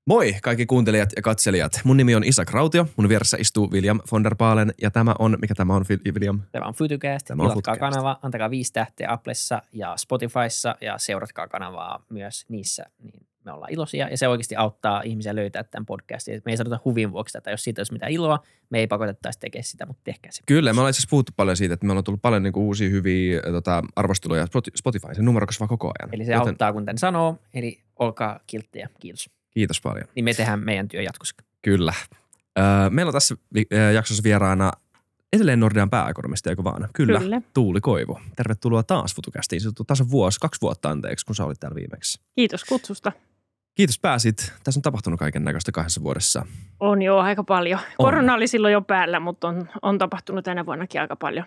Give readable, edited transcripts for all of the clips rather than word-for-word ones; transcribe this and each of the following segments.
Moi kaikki kuuntelijat ja katselijat. Mun nimi on Isak Rautio, mun vieressä istuu William von der Baalen ja tämä on, mikä tämä on William? Tämä on Futucast. Tilatkaa kanava, antakaa 5 tähteä Applessa ja Spotifyssa ja seuratkaa kanavaa myös niissä, niin me ollaan iloisia ja se oikeasti auttaa ihmisiä löytää tämän podcastin. Me ei sanota huvin vuoksi tätä, jos siitä olisi mitään iloa, me ei pakotettaisi tekemään sitä, mutta tehkää se. Kyllä, me ollaan itse asiassa puhuttu paljon siitä, että meillä on tullut paljon niinku uusia hyviä arvosteluja Spotify, se numero kasvaa koko ajan. Eli se auttaa, kun tämän sanoo, eli olkaa kilttejä. Kiitos. Kiitos paljon. Niin me tehdään meidän työ jatkossa. Kyllä. Meillä on tässä jaksossa vieraana edelleen Nordean pääekonomisti, eikö vaan? Kyllä. Tuuli Koivu. Tervetuloa taas Futucastiin. Se on taas 2 vuotta anteeksi, kun sä olit täällä viimeksi. Kiitos kutsusta. Kiitos pääsit. Tässä on tapahtunut kaiken näköistä 2 vuodessa. On jo aika paljon. Korona oli silloin jo päällä, mutta on tapahtunut tänä vuonnakin aika paljon.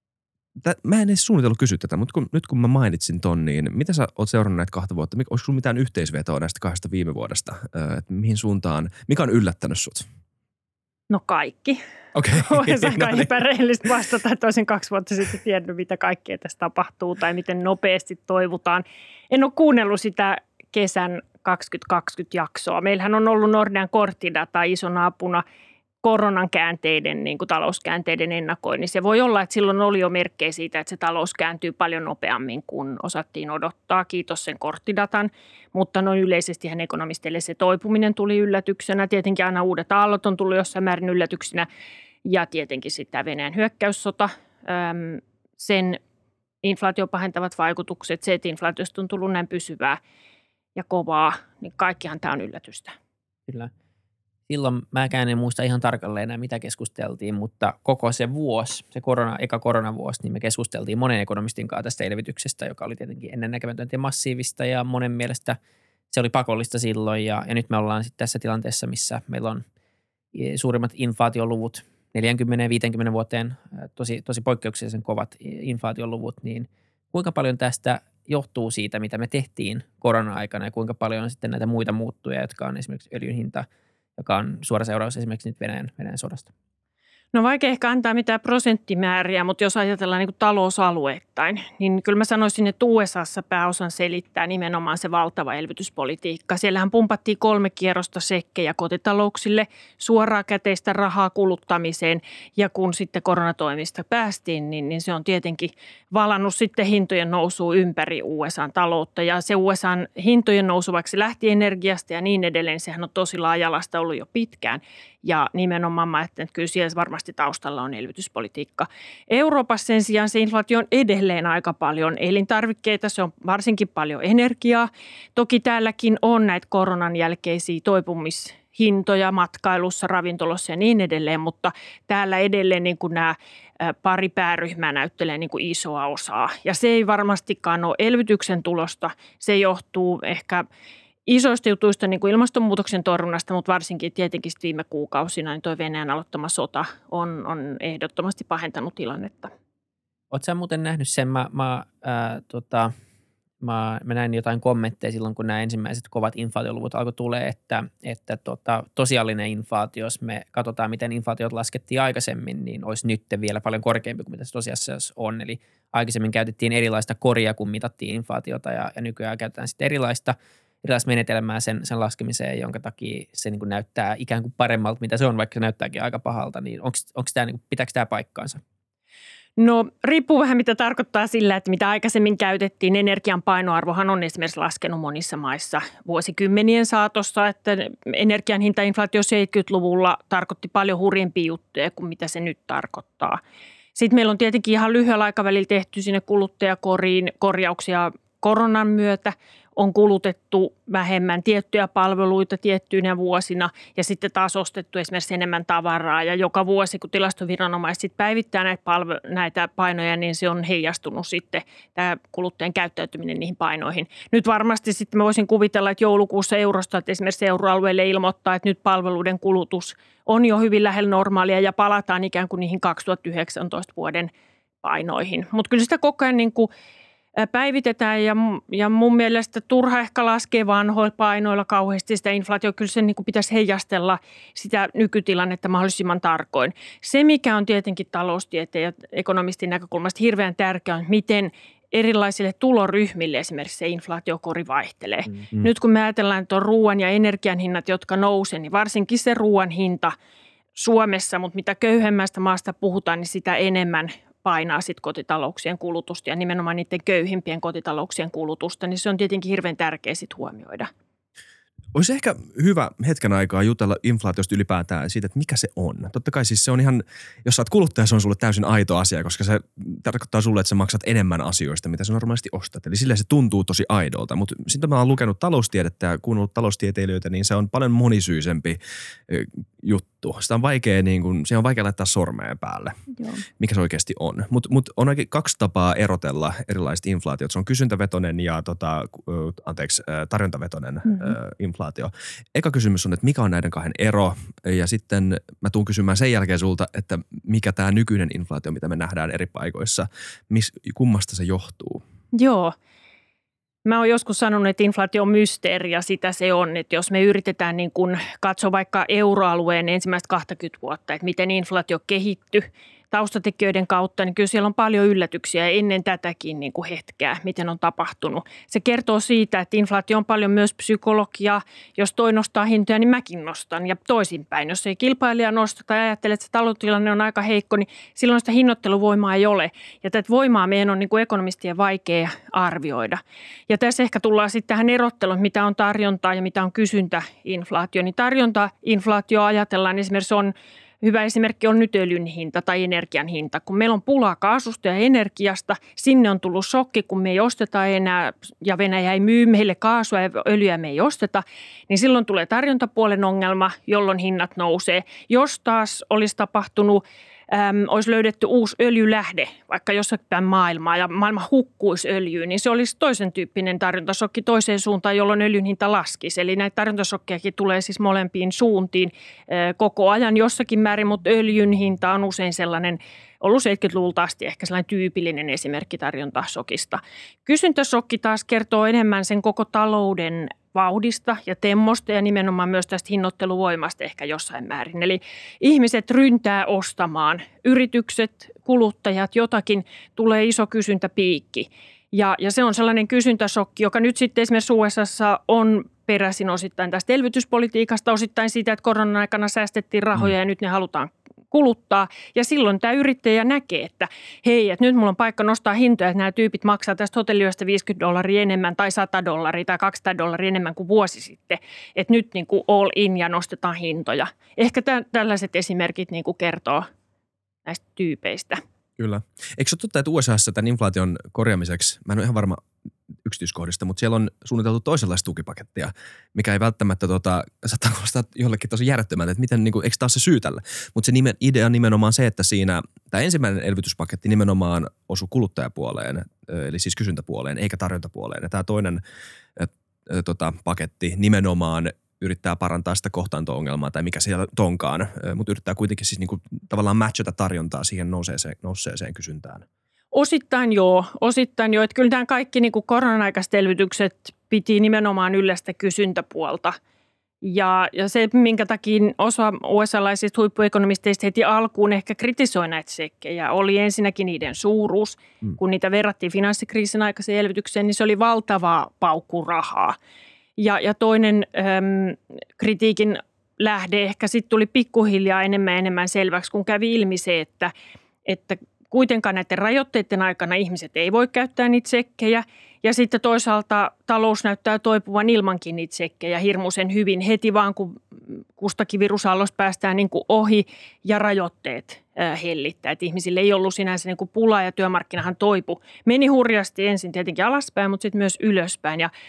Mä en edes suunnitellut kysyä tätä, mutta nyt kun mä mainitsin ton, niin mitä sä oot seurannut näitä 2 vuotta? Olisiko sulla mitään yhteisvetoa näistä 2 viime vuodesta? Että mihin suuntaan, mikä on yllättänyt sut? No kaikki. Okei. Voin aika epärehellisesti vastata, että olisin 2 vuotta sitten tiennyt, mitä kaikkea tässä tapahtuu tai miten nopeasti toivutaan. En ole kuunnellut sitä kesän 2020 jaksoa. Meillähän on ollut Nordean korttidata isona apuna koronan käänteiden, niin kuin talouskäänteiden ennakoinnissa. Ja voi olla, että silloin oli jo merkkejä siitä, että se talous kääntyy paljon nopeammin kuin osattiin odottaa. Kiitos sen korttidatan, mutta noin yleisestihän ekonomisteille se toipuminen tuli yllätyksenä. Tietenkin aina uudet aallot on tullut jossain määrin yllätyksenä ja tietenkin sitten tämä Venäjän hyökkäyssota, sen inflaation pahentavat vaikutukset, se, että inflaatiosta on tullut näin pysyvää ja kovaa, niin kaikkihan tämä on yllätystä. Kyllä. Silloin mäkään en muista ihan tarkalleen enää, mitä keskusteltiin, mutta koko se vuosi, se eka koronavuosi, niin me keskusteltiin monen ekonomistin kanssa tästä elvytyksestä, joka oli tietenkin ennennäkemätöntä ja massiivista ja monen mielestä se oli pakollista silloin. Ja nyt me ollaan sitten tässä tilanteessa, missä meillä on suurimmat inflaatioluvut 40-50 vuoteen, tosi poikkeuksellisen kovat inflaatioluvut, niin kuinka paljon tästä johtuu siitä, mitä me tehtiin korona-aikana ja kuinka paljon on sitten näitä muita muuttuja, jotka on esimerkiksi öljyn hinta, joka on suora seuraus esimerkiksi nyt Venäjän sodasta? No vaikea ehkä antaa mitään prosenttimääriä, mutta jos ajatellaan niin kuin talousalueittain, niin kyllä mä sanoisin, että USAssa pääosan selittää nimenomaan se valtava elvytyspolitiikka. Siellähän pumpattiin 3 kierrosta sekkejä kotitalouksille, suoraa käteistä rahaa kuluttamiseen ja kun sitten koronatoimista päästiin, niin se on tietenkin valannut sitten hintojen nousua ympäri USAn taloutta. Ja se USAn hintojen nousu, vaikka se lähti energiasta ja niin edelleen, sehän on tosi laajalasta ollut jo pitkään. Ja nimenomaan mä ajattelen, että kyllä siellä varmasti taustalla on elvytyspolitiikka. Euroopassa sen sijaan se inflaatio on edelleen aika paljon elintarvikkeita, se on varsinkin paljon energiaa. Toki täälläkin on näitä koronan jälkeisiä toipumishintoja matkailussa, ravintolossa ja niin edelleen, mutta täällä edelleen niin kuin nämä pari pääryhmää näyttelee niin kuin isoa osaa. Ja se ei varmastikaan ole elvytyksen tulosta, se johtuu ehkä isoista jutuista niin kuin ilmastonmuutoksen torjunnasta, mutta varsinkin tietenkin viime kuukausina niin tuo Venäjän aloittama sota on ehdottomasti pahentanut tilannetta. Oletko sä muuten nähnyt sen? Mä näin jotain kommentteja silloin, kun nämä ensimmäiset kovat inflaatioluvut alkoi tulee, että tosiaalinen inflaatio, jos me katsotaan, miten inflaatiot laskettiin aikaisemmin, niin olisi nyt vielä paljon korkeampi kuin mitä se tosiasiassa on. Eli aikaisemmin käytettiin erilaista koria, kun mitattiin inflaatiota ja nykyään käytetään sitten erilaista menetelmää sen laskemiseen, jonka takia se niin kuin näyttää ikään kuin paremmalta, mitä se on, vaikka se näyttääkin aika pahalta. Niin onko tämä, niin pitääkö tämä paikkaansa? No riippuu vähän mitä tarkoittaa sillä, että mitä aikaisemmin käytettiin. Energian painoarvohan on esimerkiksi laskenut monissa maissa vuosikymmenien saatossa, että energian hintainflaatio 70-luvulla tarkoitti paljon hurjempia juttuja kuin mitä se nyt tarkoittaa. Sitten meillä on tietenkin ihan lyhyellä aikavälillä tehty sinne kuluttajakoriin korjauksia koronan myötä. On kulutettu vähemmän tiettyjä palveluita tiettyinä vuosina ja sitten taas ostettu esimerkiksi enemmän tavaraa. Ja joka vuosi, kun tilastoviranomaiset päivittää näitä painoja, niin se on heijastunut sitten tämä kuluttajan käyttäytyminen niihin painoihin. Nyt varmasti sitten mä voisin kuvitella, että joulukuussa Eurostat esimerkiksi euroalueelle ilmoittaa, että nyt palveluiden kulutus on jo hyvin lähellä normaalia ja palataan ikään kuin niihin 2019 vuoden painoihin. Mutta kyllä sitä koko ajan niin kuin päivitetään ja mun mielestä turha ehkä laskee vanhoilla painoilla kauheasti sitä inflaatio. Kyllä se niin kuin pitäisi heijastella sitä nykytilannetta mahdollisimman tarkoin. Se, mikä on tietenkin taloustieteen ja ekonomistin näkökulmasta hirveän tärkeää, on, miten erilaisille tuloryhmille esimerkiksi se inflaatiokori vaihtelee. Nyt kun me ajatellaan, että on ruoan ja energian hinnat, jotka nousee, niin varsinkin se ruoan hinta Suomessa, mutta mitä köyhemmästä maasta puhutaan, niin sitä enemmän painaa sitten kotitalouksien kulutusta ja nimenomaan niiden köyhimpien kotitalouksien kulutusta, niin se on tietenkin hirveän tärkeä sitten huomioida. Olisi ehkä hyvä hetken aikaa jutella inflaatiosta ylipäätään siitä, että mikä se on. Totta kai siis se on ihan, jos sä oot kuluttaja, se on sulle täysin aito asia, koska se tarkoittaa sulle, että sä maksat enemmän asioista, mitä sä normaalisti ostat. Eli silleen se tuntuu tosi aidolta, mutta sitten mä oon lukenut taloustiedettä ja kuunnellut taloustieteilijöitä, niin se on paljon monisyisempi juttu. Sitä on vaikea, siihen on vaikea laittaa sormeen päälle, mikä se oikeasti on. Mutta on oikein 2 tapaa erotella erilaiset inflaatiot. Se on kysyntävetoinen ja tarjontavetoinen inflaatio. Eka kysymys on, että mikä on näiden 2 ero, ja sitten mä tuun kysymään sen jälkeen sulta, että mikä tämä nykyinen inflaatio, mitä me nähdään eri paikoissa, kummasta se johtuu? Joo. Mä oon joskus sanonut, että inflaatio on mysteeri ja sitä se on, että jos me yritetään niin kun katsoa vaikka euroalueen ensimmäistä 20 vuotta, että miten inflaatio kehittyi taustatekijöiden kautta, niin kyllä siellä on paljon yllätyksiä ennen tätäkin niin kuin hetkeä, miten on tapahtunut. Se kertoo siitä, että inflaatio on paljon myös psykologiaa. Jos toi nostaa hintoja, niin mäkin nostan ja toisinpäin. Jos ei kilpailija nosta tai ajattelee, että se taloustilanne on aika heikko, niin silloin sitä hinnoitteluvoimaa ei ole. Ja tätä voimaa meidän on niin kuin ekonomistien vaikea arvioida. Ja tässä ehkä tullaan sitten tähän erotteluun, mitä on tarjontaa ja mitä on kysyntäinflaatio. Niin tarjontainflaatio ajatellaan esimerkiksi on hyvä esimerkki on nyt öljyn hinta tai energian hinta. Kun meillä on pulaa kaasusta ja energiasta, sinne on tullut shokki, kun me ei osteta enää ja Venäjä ei myy meille kaasua ja öljyä me ei osteta, niin silloin tulee tarjontapuolen ongelma, jolloin hinnat nousee. Jos taas olisi tapahtunut, olisi löydetty uusi öljylähde, vaikka jossain päin maailmaa ja maailma hukkuisi öljyyn, niin se olisi toisen tyyppinen tarjontasokki toiseen suuntaan, jolloin öljyn hinta laskisi. Eli näitä tarjontasokkejakin tulee siis molempiin suuntiin koko ajan jossakin määrin, mutta öljyn hinta on usein sellainen, ollut 70-luvulta asti ehkä sellainen tyypillinen esimerkki tarjontasokista. Kysyntäsokki taas kertoo enemmän sen koko talouden vauhdista ja temmosta ja nimenomaan myös tästä hinnoitteluvoimasta ehkä jossain määrin. Eli ihmiset ryntää ostamaan, yritykset, kuluttajat, jotakin, tulee iso kysyntäpiikki. Ja se on sellainen kysyntäsokki, joka nyt sitten esimerkiksi USAssa on peräisin osittain tästä elvytyspolitiikasta, osittain siitä, että koronan aikana säästettiin rahoja ja nyt ne halutaan kuluttaa. Ja silloin tämä yrittäjä näkee, että hei, että nyt mulla on paikka nostaa hintoja, että nämä tyypit maksaa tästä hotelliyöstä $50 enemmän tai $100 tai $200 enemmän kuin vuosi sitten. Että nyt niin kuin all in ja nostetaan hintoja. Ehkä tällaiset esimerkit niin kuin kertoo näistä tyypeistä. Kyllä. Eikö se ole totta, että USAssa tämän inflaation korjaamiseksi, mä en ole ihan varma yksityiskohdista, mutta siellä on suunniteltu toisenlaista tukipakettia, mikä ei välttämättä saattaa kuulostaa jollekin tosi järjettömältä, että miten, eikö taas se syy tälle. Mutta se idea on nimenomaan se, että siinä tämä ensimmäinen elvytyspaketti nimenomaan osui kuluttajapuoleen, eli siis kysyntäpuoleen, eikä tarjontapuoleen. Ja tämä toinen paketti nimenomaan yrittää parantaa sitä kohtaanto-ongelmaa tai mikä siellä onkaan, mutta yrittää kuitenkin siis niinku tavallaan matchata tarjontaa siihen nousseeseen kysyntään. Osittain joo. Että kyllä nämä kaikki niin kuin koronan-aikaiset elvytykset piti nimenomaan yllä sitä kysyntäpuolta. Ja se, minkä takia osa USA-laisista huippuekonomisteista heti alkuun ehkä kritisoi näitä sekkejä, oli ensinnäkin niiden suuruus. Kun niitä verrattiin finanssikriisin aikaiseen elvytykseen, niin se oli valtavaa paukkurahaa. Ja toinen kritiikin lähde ehkä sitten tuli pikkuhiljaa enemmän selväksi, kun kävi ilmi se, että kuitenkaan näiden rajoitteiden aikana ihmiset ei voi käyttää niitä sekkejä. Ja sitten toisaalta talous näyttää toipuvan ilmankin niitä sekkejä hirmuisen hyvin heti vaan, kun kustakin virusallosta päästään niin kuin ohi ja rajoitteet hellittää. Että ihmisille ei ollut sinänsä niin kuin pulaa ja työmarkkinahan toipu. Meni hurjasti ensin tietenkin alaspäin, mutta sitten myös ylöspäin. Ja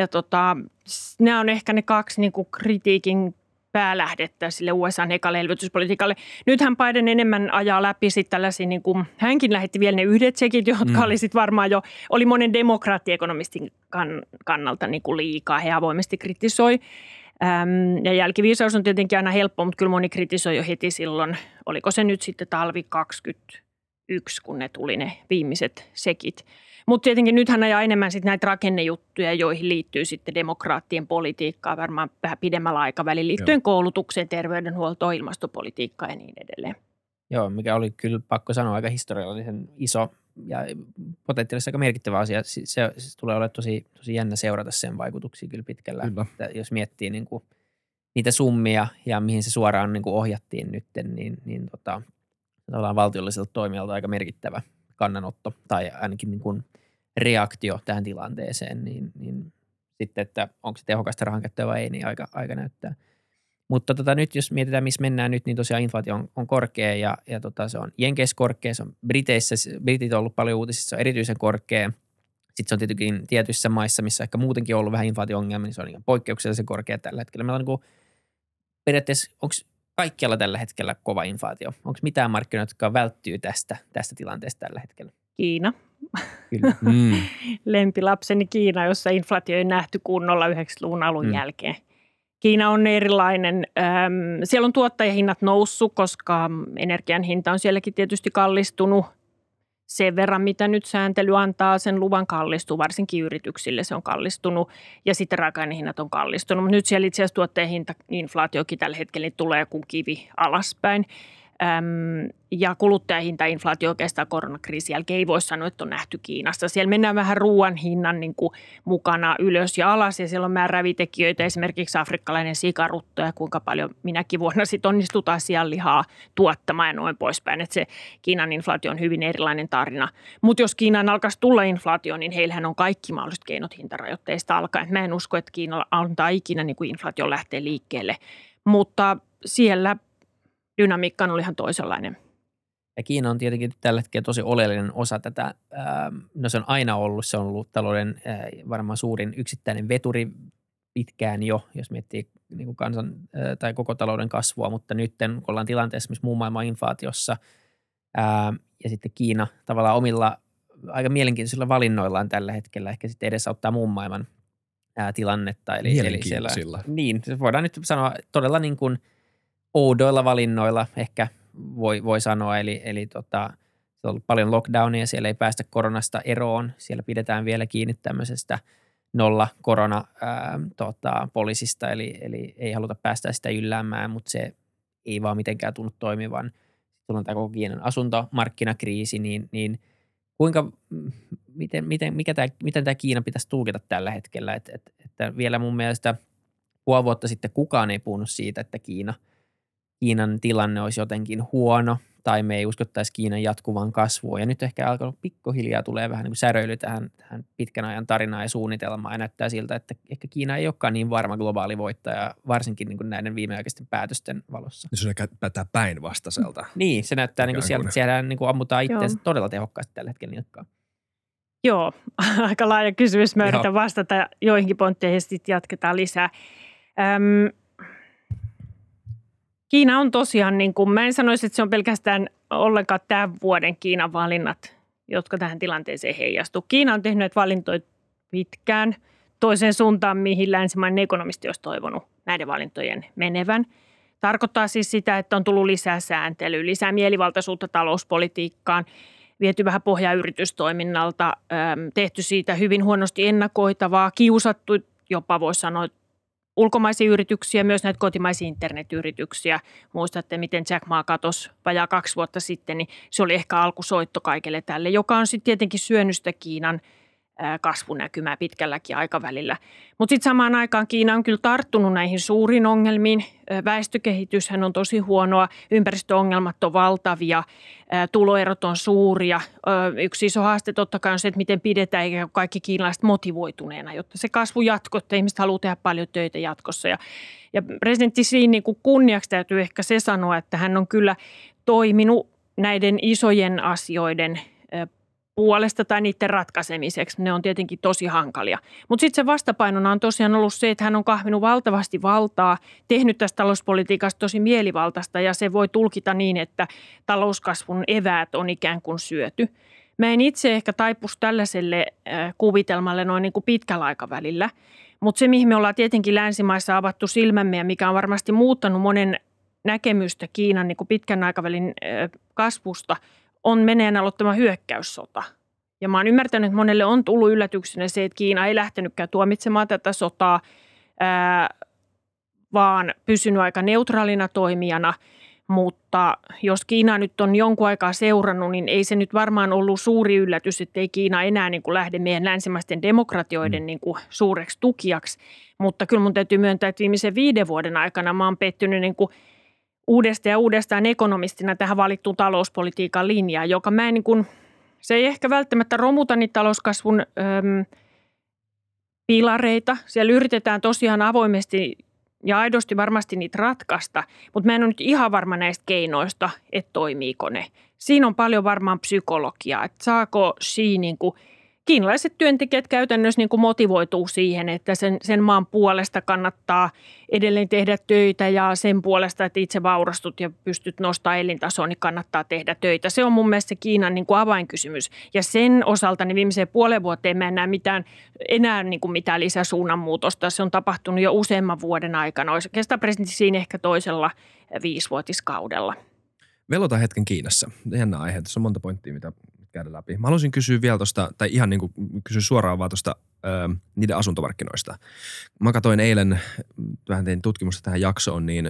nämä on ehkä ne 2 niin kuin kritiikin päälähdettä sille USA:n ekalle elvytyspolitiikalle. Nythän Biden enemmän ajaa läpi sitten tällaisia, niin kuin, hänkin lähetti vielä ne yhdet sekit, jotka oli sitten varmaan oli monen demokraattiekonomistin kannalta niin kuin liikaa. He avoimesti kritisoi. Ja jälkiviisaus on tietenkin aina helppo, mutta kyllä moni kritisoi jo heti silloin. Oliko se nyt sitten talvi 2021, kun ne tuli ne viimeiset sekit. Mutta tietenkin nythän ajaa enemmän sitten näitä rakennejuttuja, joihin liittyy sitten demokraattien politiikkaa varmaan vähän pidemmällä aikavälillä liittyen koulutukseen, terveydenhuoltoon, ilmastopolitiikkaan ja niin edelleen. Joo, mikä oli kyllä pakko sanoa aika historiallisen iso ja potentiaalisesti aika merkittävä asia. Se tulee olemaan tosi jännä seurata sen vaikutuksia kyllä pitkällä. Että jos miettii niin kuin niitä summia ja mihin se suoraan niin kuin ohjattiin nyt, niin tavallaan valtiolliselta toimijalta aika merkittävä kannanotto tai ainakin niin kuin reaktio tähän tilanteeseen, niin sitten, että onko se tehokasta rahankäyttöä vai ei, niin aika näyttää. Mutta nyt jos mietitään, missä mennään nyt, niin tosiaan inflaatio on korkea ja se on Jenkeissä korkea, se on Britit on ollut paljon uutisissa, se on erityisen korkea. Sitten se on tietenkin tietyissä maissa, missä ehkä muutenkin on ollut vähän inflaatio-ongelmia, niin se on ihan poikkeuksellisen korkea tällä hetkellä. Meillä on niin kuin, periaatteessa, onko kaikkialla tällä hetkellä kova inflaatio? Onko mitään markkinoita, jotka välttyy tästä tilanteesta tällä hetkellä? Kiina. Kyllä. Lempilapseni Kiina, jossa inflaatio ei nähty kunnolla 90-luvun alun jälkeen. Kiina on erilainen. Siellä on tuottajahinnat noussut, koska energian hinta on sielläkin tietysti kallistunut. Sen verran, mitä nyt sääntely antaa, sen luvan kallistuu, varsinkin yrityksille se on kallistunut ja sitten raaka-ainehinnat on kallistunut. Mutta nyt siellä itse asiassa tuottajahinta, inflaatiokin tällä hetkellä niin tulee kuin kivi alaspäin. Ja kuluttajahintainflaatio oikeastaan koronakriisin jälkeen ei voi sanoa, että on nähty Kiinassa. Siellä mennään vähän ruoan hinnan niin kuin mukana ylös ja alas ja siellä on määrääviä tekijöitä, esimerkiksi afrikkalainen sikarutto ja kuinka paljon minäkin vuonna sitten onnistutaan sianlihaa tuottamaan ja noin poispäin. Että se Kiinan inflaatio on hyvin erilainen tarina. Mutta jos Kiinaan alkaisi tulla inflaatio, niin heillähän on kaikki mahdolliset keinot hintarajoitteista alkaen. Mä en usko, että Kiina antaa ikinä niin kuin inflaatio lähtee liikkeelle, mutta siellä dynamiikka on ihan toisenlainen. Ja Kiina on tietenkin tällä hetkellä tosi oleellinen osa tätä. No se on aina ollut, se on ollut talouden varmaan suurin yksittäinen veturi pitkään jo, jos miettii niin kuin kansan tai koko talouden kasvua, mutta nyt kun ollaan tilanteessa, missä muun maailman inflaatiossa ja sitten Kiina tavallaan omilla aika mielenkiintoisilla valinnoillaan tällä hetkellä ehkä sitten edesauttaa muun maailman tilannetta. Eli siellä, niin, voidaan nyt sanoa todella niin kuin oudoilla valinnoilla ehkä voi sanoa, eli siellä on ollut paljon lockdownia, siellä ei päästä koronasta eroon, siellä pidetään vielä kiinni tämmöisestä nolla koronapoliisista, eli ei haluta päästä sitä ylläämään, mutta se ei vaan mitenkään tunnu toimivan. Sitten on tämä koko Kiinan asuntomarkkinakriisi, niin kuinka, miten tämä Kiina pitäisi tulkita tällä hetkellä, että vielä mun mielestä puoli vuotta sitten kukaan ei puhunut siitä, että Kiinan tilanne olisi jotenkin huono tai me ei uskottaisi Kiinan jatkuvaan kasvuun. Ja nyt ehkä alkanut pikkuhiljaa tulee vähän niin kuin säröily tähän pitkän ajan tarinaan ja suunnitelmaan ja näyttää siltä, että ehkä Kiina ei olekaan niin varma globaali voittaja, varsinkin niin kuin näiden viimeaikaisten päätösten valossa. Se näyttää päinvastaiselta. Niin, se näyttää niin kuin siellä niin kuin ammutaan itseänsä todella tehokkaasti tällä hetkellä nilkkaan. Joo, aika laaja kysymys. Mä yritän vastata joihinkin pontteihin ja sitten jatketaan lisää. Kiina on tosiaan, niin kuin, mä en sanoisi, että se on pelkästään ollenkaan tämän vuoden Kiinan valinnat, jotka tähän tilanteeseen heijastuu. Kiina on tehnyt näitä valintoja pitkään toiseen suuntaan, mihin länsimainen ekonomisti olisi toivonut näiden valintojen menevän. Tarkoittaa siis sitä, että on tullut lisää sääntelyä, lisää mielivaltaisuutta talouspolitiikkaan, viety vähän pohjaa yritystoiminnalta, tehty siitä hyvin huonosti ennakoitavaa, kiusattu jopa voisi sanoa, ulkomaisia yrityksiä, myös näitä kotimaisia internetyrityksiä. Muistatte, miten Jack Ma katosi vajaa 2 vuotta sitten, niin se oli ehkä alkusoitto kaikille tälle, joka on sitten tietenkin syönyt sitä Kiinan kasvunäkymää pitkälläkin aikavälillä. Mutta sitten samaan aikaan Kiina on kyllä tarttunut näihin suuriin ongelmiin. Väestökehityshän on tosi huonoa, ympäristöongelmat on valtavia, tuloerot on suuria. Yksi iso haaste totta kai on se, että miten pidetään kaikki kiinalaiset motivoituneena, jotta se kasvu jatkuu, että ihmiset haluaa tehdä paljon töitä jatkossa. Ja presidentti Xi niin kuin kunniaksi täytyy ehkä se sanoa, että hän on kyllä toiminut näiden isojen asioiden puolesta tai niiden ratkaisemiseksi. Ne on tietenkin tosi hankalia. Mutta sitten se vastapainona on tosiaan ollut se, että hän on kahvinut valtavasti valtaa, tehnyt tästä talouspolitiikasta tosi mielivaltaista ja se voi tulkita niin, että talouskasvun eväät on ikään kuin syöty. Mä en itse ehkä taipuisi tällaiselle kuvitelmalle noin niin kuin pitkällä aikavälillä, mutta se, mihin me ollaan tietenkin länsimaissa avattu silmämme ja mikä on varmasti muuttanut monen näkemystä Kiinan niin kuin pitkän aikavälin kasvusta, on Venäjän aloittama hyökkäyssota. Ja mä oon ymmärtänyt, että monelle on tullut yllätyksenä se, että Kiina ei lähtenytkään tuomitsemaan tätä sotaa, vaan pysynyt aika neutraalina toimijana. Mutta jos Kiina nyt on jonkun aikaa seurannut, niin ei se nyt varmaan ollut suuri yllätys, että ei Kiina enää niin kuin lähde meidän länsimaisten demokratioiden niin kuin suureksi tukijaksi. Mutta kyllä mun täytyy myöntää, että viimeisen 5 vuoden aikana mä oon pettynyt niin kuin uudestaan ja uudestaan ekonomistina tähän valittuun talouspolitiikan linjaan, joka mä en niin kuin, se ei ehkä välttämättä romuta niitä talouskasvun pilareita. Siellä yritetään tosiaan avoimesti ja aidosti varmasti niitä ratkaista, mutta mä en ole nyt ihan varma näistä keinoista, että toimiiko ne. Siinä on paljon varmaan psykologiaa, että saako niin kuin kiinalaiset työntekijät käytännössä niin kuin motivoituu siihen, että sen maan puolesta kannattaa edelleen tehdä töitä ja sen puolesta, että itse vaurastut ja pystyt nostamaan elintasoa, niin kannattaa tehdä töitä. Se on mun mielestä se Kiinan niin kuin avainkysymys. Ja sen osalta niin viimeiseen 5 vuoteen mä en näe enää niin kuin mitään lisäsuunnanmuutosta. Se on tapahtunut jo useamman vuoden aikana. Oikeastaan presidentti siinä ehkä toisella 5-vuotiskaudella. Velotaan hetken Kiinassa. Jännä aihe. Tässä on monta pointtia, mitä käydä läpi. Mä haluaisin kysyä vielä tuosta, tai ihan niin kuin kysyä suoraan vaan tuosta niiden asuntomarkkinoista. Mä katsoin eilen, vähän tein tutkimusta tähän jaksoon, niin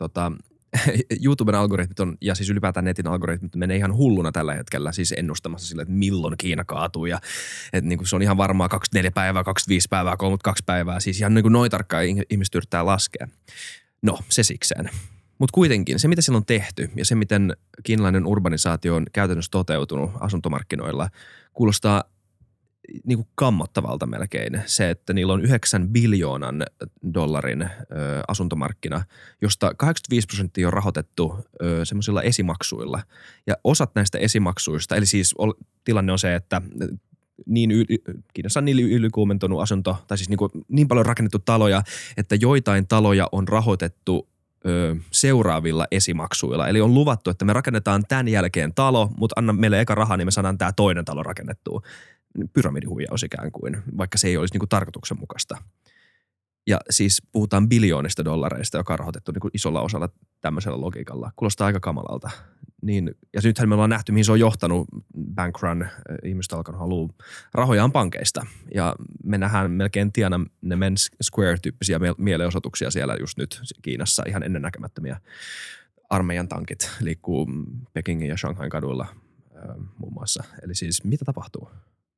YouTuben algoritmit on, ja siis ylipäätään netin algoritmit menee ihan hulluna tällä hetkellä, siis ennustamassa sille, että milloin Kiina kaatuu, ja että niin kuin se on ihan varmaa 24 päivää, 25 päivää, 32 päivää, siis ihan niin kuin noin tarkkaan ihmiset yrittää laskea. No, se sikseen. Mutta kuitenkin se, mitä siellä on tehty ja se, miten kiinalainen urbanisaatio on käytännössä toteutunut asuntomarkkinoilla, kuulostaa niin kuin kammottavalta melkein. Se, että niillä on 9 biljoonan dollarin asuntomarkkina, josta 85% on rahoitettu semmoisilla esimaksuilla. Ja osat näistä esimaksuista, eli siis tilanne on se, että Kiinassa on niin ylikuumentunut asunto, tai siis niin paljon rakennettu taloja, että joitain taloja on rahoitettu seuraavilla esimaksuilla. Eli on luvattu, että me rakennetaan tämän jälkeen talo, mutta anna meille eka rahaa, niin me saadaan tämä toinen talo rakennettua. Pyramidihuijaus ikään kuin, vaikka se ei olisi niin tarkoituksenmukaista. Ja siis puhutaan biljoonista dollareista, joka on rahoitettu niin isolla osalla tämmöisellä logiikalla. Kuulostaa aika kamalalta. Niin, ja nythän me ollaan nähty, mihin se on johtanut. Bankrun, ihmiset alkanut halua rahojaan pankeista. Ja me nähdään melkein Tiananmen Square-tyyppisiä mielenosoituksia siellä just nyt Kiinassa. Ihan ennennäkemättömiä armeijan tankit liikkuu Pekingin ja Shanghain kaduilla muun muassa. Eli siis mitä tapahtuu?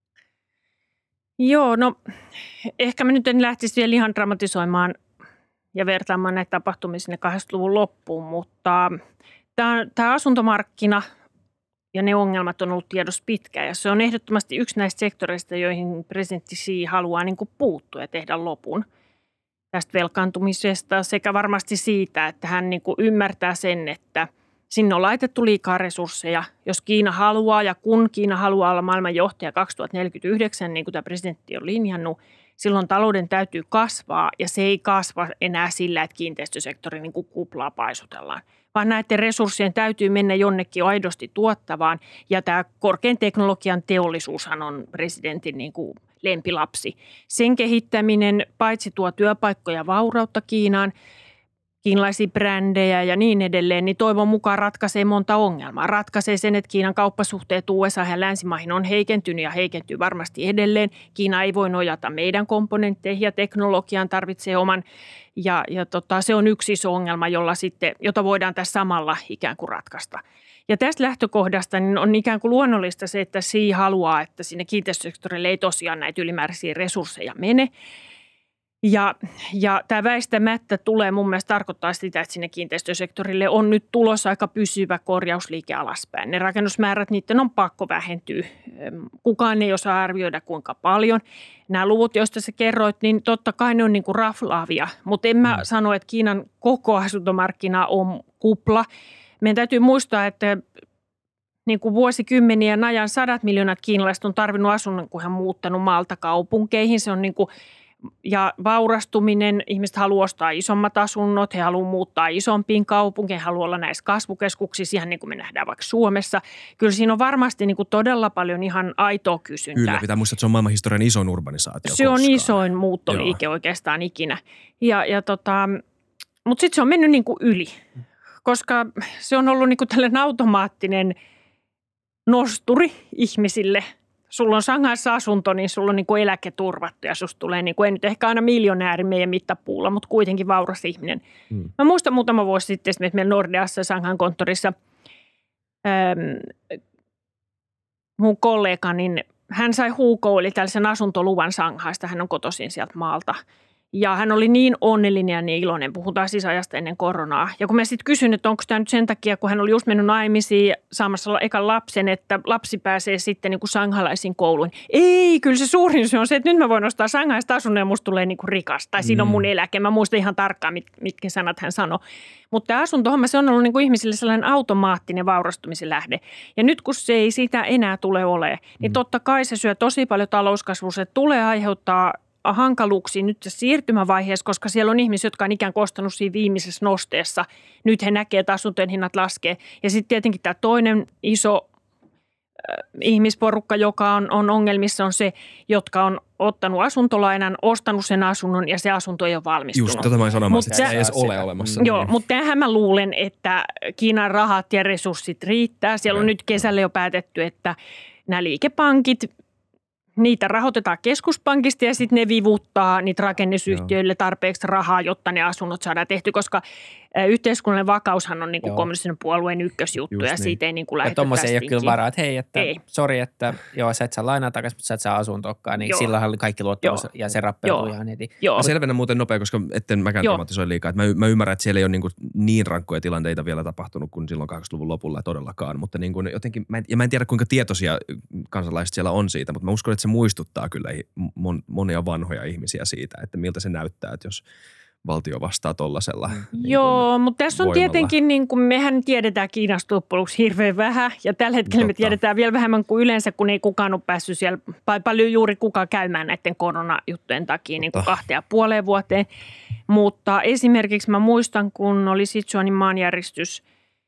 Joo, no ehkä mä nyt en lähtisi vielä ihan dramatisoimaan ja vertaamaan näitä tapahtumia sinne 80-luvun loppuun, mutta tämä asuntomarkkina ja ne ongelmat on ollut tiedossa pitkään ja se on ehdottomasti yksi näistä sektoreista, joihin presidentti Xi haluaa niin kuin puuttua ja tehdä lopun tästä velkaantumisesta sekä varmasti siitä, että hän niin kuin ymmärtää sen, että sinne on laitettu liikaa resursseja. Jos Kiina haluaa ja kun Kiina haluaa olla maailman johtaja 2049, niin kuin tämä presidentti on linjannut, silloin talouden täytyy kasvaa ja se ei kasva enää sillä, että kiinteistösektorin niin kuin kuplaa paisutellaan. Vaan näiden resurssien täytyy mennä jonnekin aidosti tuottavaan ja tämä korkean teknologian teollisuushan on presidentin niin kuin lempilapsi. Sen kehittäminen paitsi tuo työpaikkoja ja vaurautta Kiinaan, kiinalaisia brändejä ja niin edelleen, niin toivon mukaan ratkaisee monta ongelmaa. Ratkaisee sen, että Kiinan kauppasuhteet USA ja länsimaihin on heikentynyt ja heikentyy varmasti edelleen. Kiina ei voi nojata meidän komponentteihin ja teknologiaan, tarvitsee oman. Ja se on yksi iso ongelma, jota voidaan tässä samalla ikään kuin ratkaista. Ja tästä lähtökohdasta niin on ikään kuin luonnollista se, että Xi haluaa, että sinne kiinteistösektorille ei tosiaan näitä ylimääräisiä resursseja mene. Ja tämä väistämättä tulee mun mielestä tarkoittaa sitä, että sinne kiinteistösektorille on nyt tulossa aika pysyvä korjausliike alaspäin. Ne rakennusmäärät, niiden on pakko vähentyä. Kukaan ei osaa arvioida kuinka paljon. Nämä luvut, joista sä kerroit, niin totta kai ne on niin kuin raflaavia, mutta en mä sano, että Kiinan koko asuntomarkkina on kupla. Meidän täytyy muistaa, että niin kuin vuosikymmenien ajan 100 miljoonat kiinalaiset on tarvinnut asunnon, kun he on muuttanut maalta kaupunkeihin. Se on niin kuin ja vaurastuminen, ihmiset haluaa ostaa isommat asunnot, he haluaa muuttaa isompiin kaupunkeihin, he haluaa olla näissä kasvukeskuksissa, ihan niin kuin me nähdään vaikka Suomessa. Kyllä siinä on varmasti niin kuin todella paljon ihan aitoa kysyntää. Kyllä, pitää muistaa, että se on maailmanhistorian isoin urbanisaatio se koskaan. On isoin muuttoliike Joo. oikeastaan ikinä. Mutta sitten se on mennyt niin kuin yli, koska se on ollut niin kuin tällainen automaattinen nosturi ihmisille. sulla on Shanghaissa asunto, niin sulla on niin kuin eläke turvattu ja susta tulee, niin kuin, ei nyt ehkä aina miljonääri meidän mittapuulla, mutta kuitenkin vauras ihminen. Mä muistan muutama vuosi sitten, että meillä Nordeassa Shanghain konttorissa mun kollega, niin hän sai huukoili tällaisen asuntoluvan Shanghaista, hän on kotoisin sieltä maalta. Ja hän oli niin onnellinen ja niin iloinen, puhutaan siis ajasta ennen koronaa. Ja kun mä sitten kysyin, että onko tämä nyt sen takia, kun hän oli just mennyt naimisiin saamassa ekan lapsen, että lapsi pääsee sitten niin kuin shanghalaisiin kouluun. Ei, kyllä se suurin syy on se, että nyt mä voin ostaa Shanghaista asunnon ja musta tulee niin kuin rikas. Tai siinä on mun eläke. Mä muistan ihan tarkkaan, mitkä sanat hän sanoi. Mutta tämä asuntohomma, se on ollut niin kuin ihmisille sellainen automaattinen vaurastumisen lähde. Ja nyt kun se ei sitä enää tule olemaan, niin totta kai se syö tosi paljon talouskasvua. Se tulee aiheuttaa hankaluuksia nyt siirtymävaiheessa, koska siellä on ihmisiä, jotka on ikään kuin ostanut siinä viimeisessä nosteessa. Nyt he näkee, että asuntojen hinnat laskee. Ja sitten tietenkin tämä toinen iso ihmisporukka, joka on ongelmissa, on se, jotka on ottanut asuntolainan, ostanut sen asunnon ja se asunto ei ole valmistunut. Just tätä mä sanomaan, että sitä ei edes ole olemassa. Joo, mutta tämähän mä luulen, että Kiinan rahat ja resurssit riittää. Siellä on nyt kesällä jo päätetty, että nämä liikepankit, niitä rahoitetaan keskuspankista ja sitten ne vivuttaa niitä rakennusyhtiöille tarpeeksi rahaa, jotta ne asunnot saadaan tehty, koska yhteiskunnallinen vakaushan on niinku kommunistisen puolueen ykkösjuttu ja siitä ei niinku lähdetä. Ja tuommoisia ei ole kyllä varaa, että hei, että sori, että joo, sä et saa lainaa takaisin, mutta sä et saa asuntoakaan, niin silloinhan kaikki luottamus ja se rappeutuu ihan heti. Mä selvennän muuten nopea, koska etten mäkään dramatisoi liikaa. Mä ymmärrän, että siellä ei ole niin rankkoja tilanteita vielä tapahtunut kuin silloin 80-luvun lopulla todellakaan, mutta niin kuin jotenkin, mä en tiedä kuinka tietoisia kansalaiset siellä on siitä, mutta mä uskon, että se muistuttaa kyllä monia vanhoja ihmisiä siitä, että miltä se näyttää, että jos valtio vastaa tollasella. Joo, mutta tässä on tietenkin, niin kuin mehän tiedetään Kiinasta loppujen lopuksi hirveän vähän. Ja tällä hetkellä me tiedetään vielä vähemmän kuin yleensä, kun ei kukaan ole päässyt siellä, paljon juuri kukaan käymään näiden koronajuttujen takia niin kuin 2,5 vuoteen. Mutta esimerkiksi mä muistan, kun oli Sichuanin maanjäristys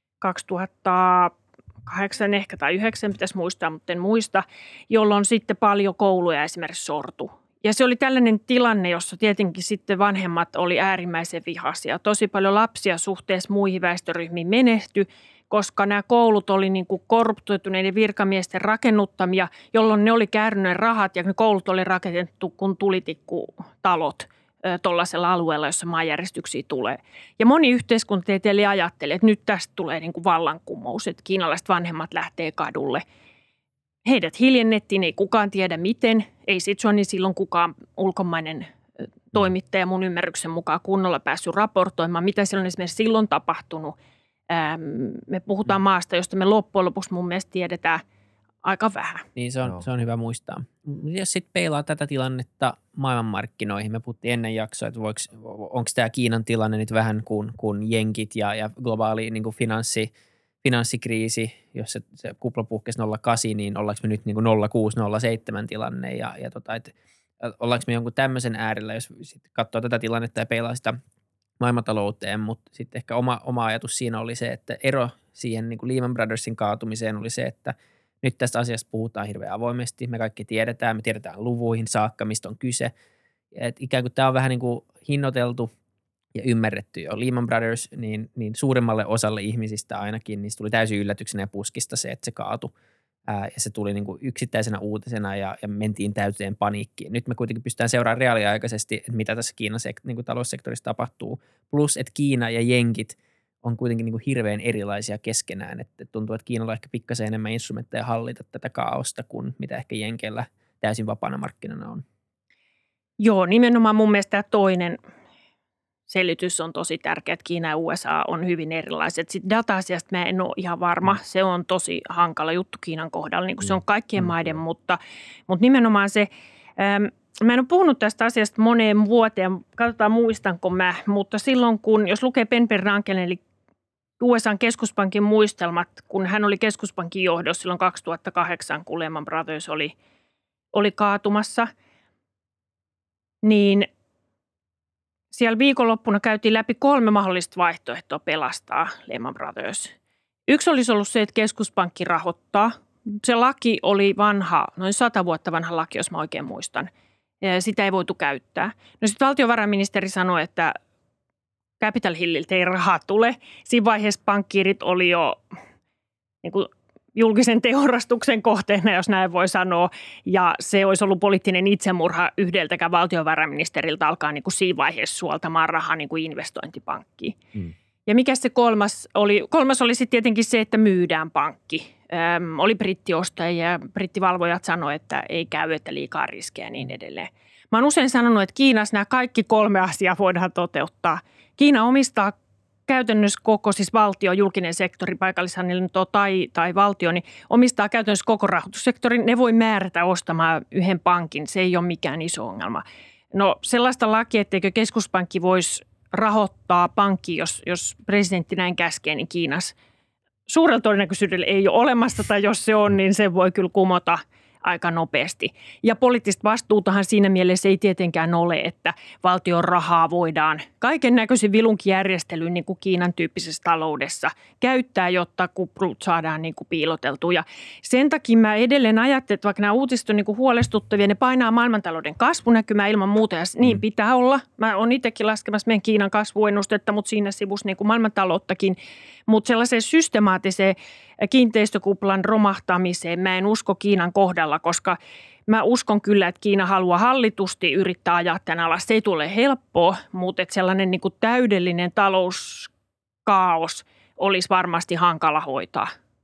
2008 ehkä tai 2009, pitäisi muistaa, mutta en muista, jolloin sitten paljon kouluja esimerkiksi sortu. Ja se oli tällainen tilanne, jossa tietenkin sitten vanhemmat oli äärimmäisen vihaisia. Tosi paljon lapsia suhteessa muihin väestöryhmiin menehtyi, koska nämä koulut oli niin kuin korruptoituneiden virkamiesten rakennuttamia, jolloin ne oli käynyt rahat ja ne koulut oli rakennettu kuin tulitikkutalot tuollaisella alueella, jossa maanjäristyksiä tulee. Ja moni yhteiskuntatieteilijä ajatteli, että nyt tästä tulee niin kuin vallankumous, että kiinalaiset vanhemmat lähtee kadulle. Heidät hiljennettiin, ei kukaan tiedä miten. Ei Sichuanin silloin kukaan ulkomainen toimittaja mun ymmärryksen mukaan kunnolla päässyt raportoimaan, mitä siellä on esimerkiksi silloin tapahtunut. Me puhutaan maasta, josta me loppujen lopuksi mun mielestä tiedetään aika vähän. Niin se on hyvä muistaa. Jos sitten peilaa tätä tilannetta maailmanmarkkinoihin, me puhuttiin ennen jaksoa, että onko tämä Kiinan tilanne nyt vähän kuin jenkit ja globaali niin kuin finanssikriisi, jos se kupla puhkesi 08, niin ollaanko me nyt niin kuin 06-07 tilanne että ollaanko me jonkun tämmöisen äärellä, jos sitten katsoo tätä tilannetta ja peilaa sitä maailmantalouteen, mutta sitten ehkä oma ajatus siinä oli se, että ero siihen niin kuin Lehman Brothersin kaatumiseen oli se, että nyt tästä asiasta puhutaan hirveän avoimesti, me kaikki tiedetään, me tiedetään luvuihin saakka, mistä on kyse, et ikään kuin tämä on vähän niin kuin hinnoiteltu ja ymmärretty jo. Lehman Brothers, niin suurimmalle osalle ihmisistä ainakin, niin se tuli täysin yllätyksenä ja puskista se, että se kaatui. Ja se tuli niin kuin yksittäisenä uutisena ja mentiin täyteen paniikkiin. Nyt me kuitenkin pystytään seuraamaan reaaliaikaisesti, että mitä tässä Kiinan niin kuin taloussektorissa tapahtuu. Plus, että Kiina ja jenkit on kuitenkin niin kuin hirveän erilaisia keskenään. Että tuntuu, että Kiinalla on ehkä pikkasen enemmän instrumentteja hallita tätä kaaosta kuin mitä ehkä jenkeillä täysin vapaana markkinana on. Joo, nimenomaan mun mielestä tämä toinen selitys on tosi tärkeä, että Kiina ja USA on hyvin erilaiset. Sitten data-asiasta mä en ole ihan varma. Se on tosi hankala juttu Kiinan kohdalla, niin kuin se on kaikkien maiden, mutta nimenomaan se, mä en ole puhunut tästä asiasta moneen vuoteen, katsotaan muistanko mä, mutta silloin kun, jos lukee Ben Bernanken, eli USAn keskuspankin muistelmat, kun hän oli keskuspankin johdossa silloin 2008, kun Lehman Brothers oli kaatumassa, niin siellä viikonloppuna käytiin läpi 3 mahdollista vaihtoehtoa pelastaa Lehman Brothers. Yksi olisi ollut se, että keskuspankki rahoittaa. Se laki oli vanha, noin 100 vuotta vanha laki, jos mä oikein muistan. Sitä ei voitu käyttää. No sitten valtiovarainministeri sanoi, että Capitol Hilliltä ei rahaa tule. Siinä vaiheessa pankkiirit oli jo niin kuin julkisen teurastuksen kohteena, jos näin voi sanoa. Ja se olisi ollut poliittinen itsemurha yhdeltäkään valtiovarainministeriltä alkaa niin kuin siinä vaiheessa suoltamaan rahaa niin kuin investointipankkiin. Ja mikä se kolmas oli? Kolmas oli sitten tietenkin se, että myydään pankki. Oli brittiostajia ja brittivalvojat sanoivat, että ei käy, että liikaa riskejä ja niin edelleen. Mä oon usein sanonut, että Kiinassa nämä kaikki 3 asiaa voidaan toteuttaa. Kiina omistaa käytännössä koko, siis valtio, julkinen sektori, paikallishallinto tai valtio, niin omistaa käytännössä koko rahoitussektorin. Ne voi määrätä ostamaan yhden pankin, se ei ole mikään iso ongelma. No sellaista lakia, etteikö keskuspankki voisi rahoittaa pankki, jos presidentti näin käskee, niin Kiinassa suurella todennäköisyydellä ei ole olemassa, tai jos se on, niin se voi kyllä kumota aika nopeasti. Ja poliittista vastuutahan siinä mielessä ei tietenkään ole, että valtion rahaa voidaan kaiken näköisen vilunkijärjestelyyn niin kuin Kiinan tyyppisessä taloudessa käyttää, jotta kuprut saadaan niin kuin piiloteltua. Ja sen takia mä edelleen ajattelen, että vaikka nämä uutiset on niin kuin huolestuttavia, ne painaa maailmantalouden kasvunäkymää ilman muuta ja niin pitää olla. Mä oon itsekin laskemassa meidän Kiinan kasvuennustetta, mutta siinä sivussa niin kuin maailmantalouttakin. Mutta sellaiseen systemaattiseen kiinteistökuplan romahtamiseen mä en usko Kiinan kohdalla, koska mä uskon kyllä, että Kiina haluaa hallitusti yrittää ajaa tämän alas. Se ei tule helppoa, mutta että sellainen niin kuin täydellinen talouskaos olisi varmasti hankala hoitaa.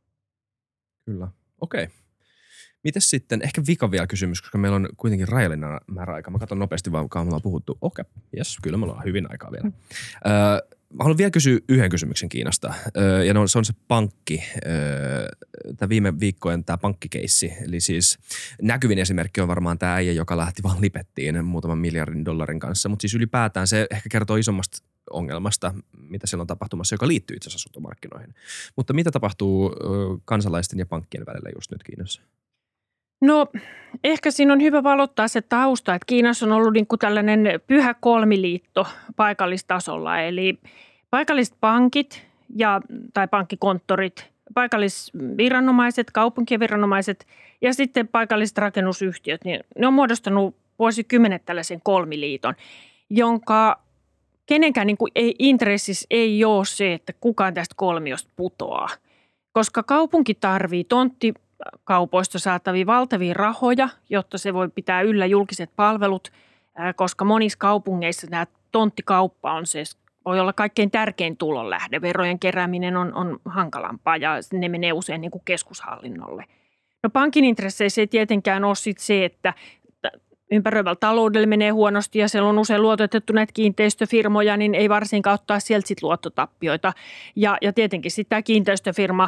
Kyllä, okei. Mites sitten, ehkä vika vielä kysymys, koska meillä on kuitenkin rajallinen määräaika. Mä katson nopeasti vaan, kun me ollaan puhuttu. Okei, jes, kyllä me ollaan hyvin aikaa vielä. Mä haluan vielä kysyä yhden kysymyksen Kiinasta, ja se on se pankki, tämä viime viikkojen tämä pankkikeissi. Eli siis näkyvin esimerkki on varmaan tämä äijä, joka lähti vaan lipettiin muutaman miljardin dollarin kanssa. Mutta siis ylipäätään se ehkä kertoo isommasta ongelmasta, mitä siellä on tapahtumassa, joka liittyy itse asiassa asuntomarkkinoihin. Mutta mitä tapahtuu kansalaisten ja pankkien välillä just nyt Kiinassa? No ehkä siinä on hyvä valottaa se tausta, että Kiinassa on ollut niin kuin tällainen pyhä kolmiliitto paikallistasolla, eli paikalliset pankit tai pankkikonttorit, paikallisviranomaiset, kaupunkien viranomaiset ja sitten paikalliset rakennusyhtiöt, niin ne on muodostanut vuosikymmenet tällaisen kolmiliiton, jonka kenenkään niin kuin intressissä ei ole se, että kukaan tästä kolmiosta putoaa, koska kaupunki tarvitsee tonttikaupoista saatavia valtavia rahoja, jotta se voi pitää yllä julkiset palvelut, koska monissa kaupungeissa tämä tonttikauppa on se, voi olla kaikkein tärkein tulonlähde. Verojen kerääminen on hankalampaa ja ne menee usein niin kuin keskushallinnolle. No pankin intresseissä ei tietenkään ole sit se, että ympäröivällä taloudella menee huonosti ja siellä on usein luototettu näitä kiinteistöfirmoja, niin ei varsinkaan ottaa sieltä sit luottotappioita. Ja tietenkin sitten tämä kiinteistöfirma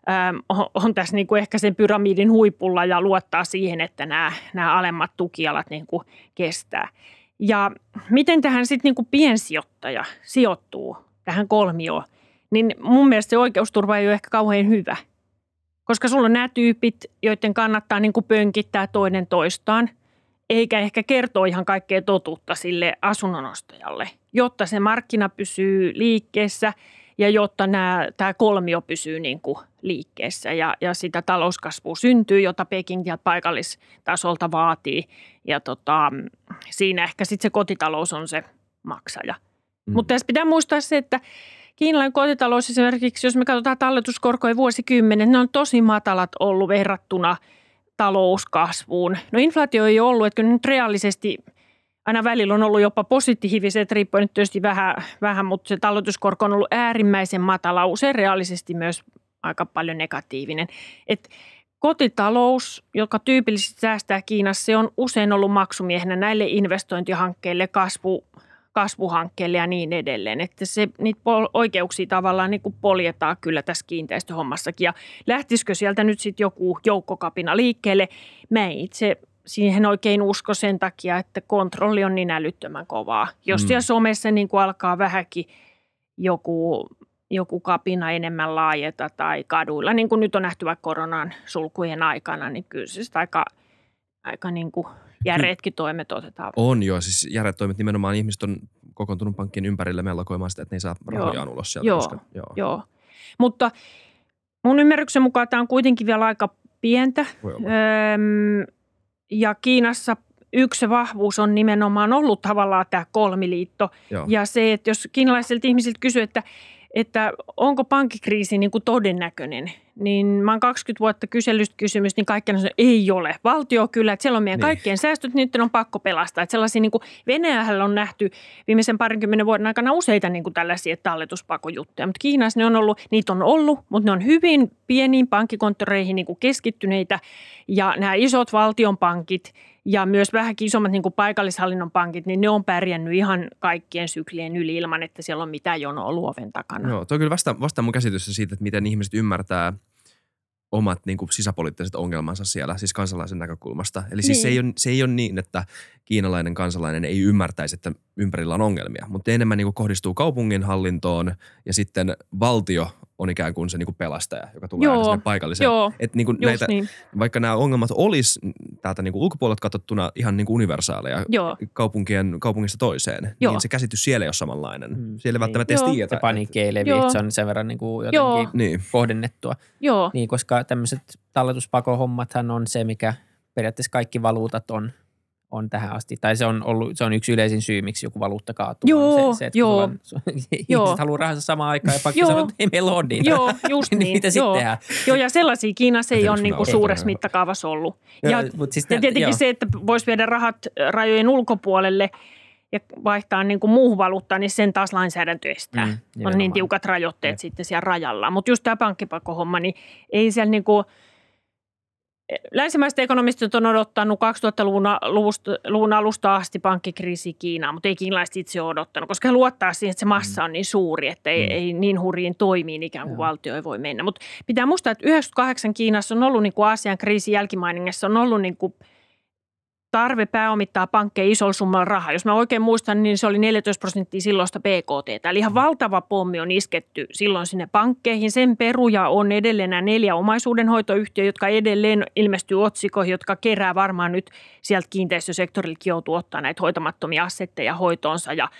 on tässä niin kuin ehkä sen pyramidin huipulla ja luottaa siihen, että nämä alemmat tukialat niin kuin kestää. Ja miten tähän sitten niin kuin piensijoittaja sijoittuu tähän kolmioon, niin mun mielestä se oikeusturva ei ole ehkä kauhean hyvä. Koska sulla on nämä tyypit, joiden kannattaa niin kuin pönkittää toinen toistaan, eikä ehkä kertoa ihan kaikkea totuutta sille asunnonostajalle, jotta se markkina pysyy liikkeessä ja jotta tämä kolmio pysyy niin kuin liikkeessä ja sitä talouskasvua syntyy, jota Peking ja paikallistasolta vaatii. Ja siinä ehkä sitten se kotitalous on se maksaja. Mutta tässä pitää muistaa se, että kiinalainen kotitalous esimerkiksi, jos me katsotaan talletuskorkoja vuosikymmenen, ne on tosi matalat ollut verrattuna talouskasvuun. No inflaatio ei ole ollut, että kyllä nyt reaalisesti aina välillä on ollut jopa positiiviset, riippuen nyt tietysti vähän, mutta se talletuskorko on ollut äärimmäisen matala, usein reaalisesti myös aika paljon negatiivinen. Et kotitalous, joka tyypillisesti säästää Kiinassa, se on usein ollut maksumiehenä näille investointihankkeille, kasvuhankkeille ja niin edelleen. Että niitä oikeuksia tavallaan niin kuin poljetaan kyllä tässä kiinteistöhommassakin. Ja lähtisikö sieltä nyt sitten joku joukkokapina liikkeelle? Mä itse siihen oikein usko sen takia, että kontrolli on niin älyttömän kovaa. Jos siellä somessa niin kuin alkaa vähänkin joku kapina enemmän laajeta tai kaduilla, niin kuin nyt on nähty vaikka koronan sulkujen aikana, niin kyllä se aika niin kuin järeetkin toimet otetaan. On joo, siis järeät toimet nimenomaan ihmiset on kokoontunut pankkien ympärille mellakoimaan sitä, että ne ei saa rahojaan ulos sieltä. Joo. Mutta mun ymmärryksen mukaan tämä on kuitenkin vielä aika pientä. Ja Kiinassa yksi vahvuus on nimenomaan ollut tavallaan tämä kolmiliitto. Joo. Ja se, että jos kiinalaisilta ihmisiltä kysyy, että onko pankkikriisi niin kuin todennäköinen, niin mä oon 20 vuotta kysellyt kysymys, niin kaikki sanoo, ei ole. Valtio kyllä, että siellä on meidän kaikkien säästöt, niin nyt on pakko pelastaa. Että sellaisia niin kuin Venäjällä on nähty viimeisen 20 vuoden aikana useita niin kuin tällaisia talletuspakojuttuja, mutta Kiinassa niitä on ollut, mutta ne on hyvin pieniin pankkikonttoreihin niin kuin keskittyneitä ja nämä isot valtionpankit ja myös vähän isommat niin kuin paikallishallinnon pankit, niin ne on pärjännyt ihan kaikkien syklien yli ilman, että siellä on mitään jonoa luoven takana. Joo, tuo kyllä vastaa mun käsitystä siitä, että miten ihmiset ymmärtää omat niin kuin sisäpoliittiset ongelmansa siellä, siis kansalaisen näkökulmasta. Eli siis se ei ole niin, että kiinalainen kansalainen ei ymmärtäisi, että ympärillä on ongelmia, mutta enemmän niin kuin kohdistuu kaupungin hallintoon ja sitten valtio on ikään kuin se niin kuin pelastaja, joka tulee aina sinne paikalliseen. Että niin kuin näitä, vaikka nämä ongelmat olisi täältä niin kuin ulkopuolelta katsottuna ihan niin kuin universaaleja kaupungista toiseen, niin se käsitys siellä ei ole samanlainen. Siellä ei välttämättä edes tiedä. Se paniikki ei leviä, että se on sen verran niin kuin jotenkin kohdennettua. Niin, koska tämmöiset talletuspakohommathan on se, mikä periaatteessa kaikki valuutat on tähän asti. Tai se on yksi yleisin syy, miksi joku valuutta kaatuu. Se, että ihmiset haluaa rahansa samaan aikaan ja pankki sanoo, että ei meillä ole niitä. Joo, just niin. Mitä sitten tehdään? Joo, ja sellaisia Kiinassa ei ole niinku suuressa mittakaavassa ollut. Ja tietenkin se, että voisi viedä rahat rajojen ulkopuolelle ja vaihtaa niin kuin muuhun valuuttaan, niin sen taas lainsäädäntö estää. On niin tiukat rajoitteet sitten siellä rajalla. Mutta just tämä pankkipakohomma, niin ei siellä niin kuin länsimaiset ekonomistit on odottanut 2000-luvun alusta asti pankkikriisi Kiinaan, mutta ei kiinalaiset itse ole odottanut, koska he luottaa siihen, että se massa on niin suuri, että ei niin hurjiin toimiin ikään kuin valtio ei voi mennä. Mutta pitää muistaa, että 98 Kiinassa on ollut niin kuin Aasian kriisin jälkimainingissa on ollut niin kuin tarve pääomittaa pankkeja isolla summalla rahaa. Jos mä oikein muistan, niin se oli 14% silloista BKT. Eli ihan valtava pommi on isketty silloin sinne pankkeihin. Sen peruja on edelleen nämä 4 omaisuudenhoitoyhtiöä, jotka edelleen ilmestyy otsikoihin, jotka kerää varmaan nyt sieltä kiinteistösektorilta joutuu ottaa näitä hoitamattomia assetteja hoitoonsa. Ja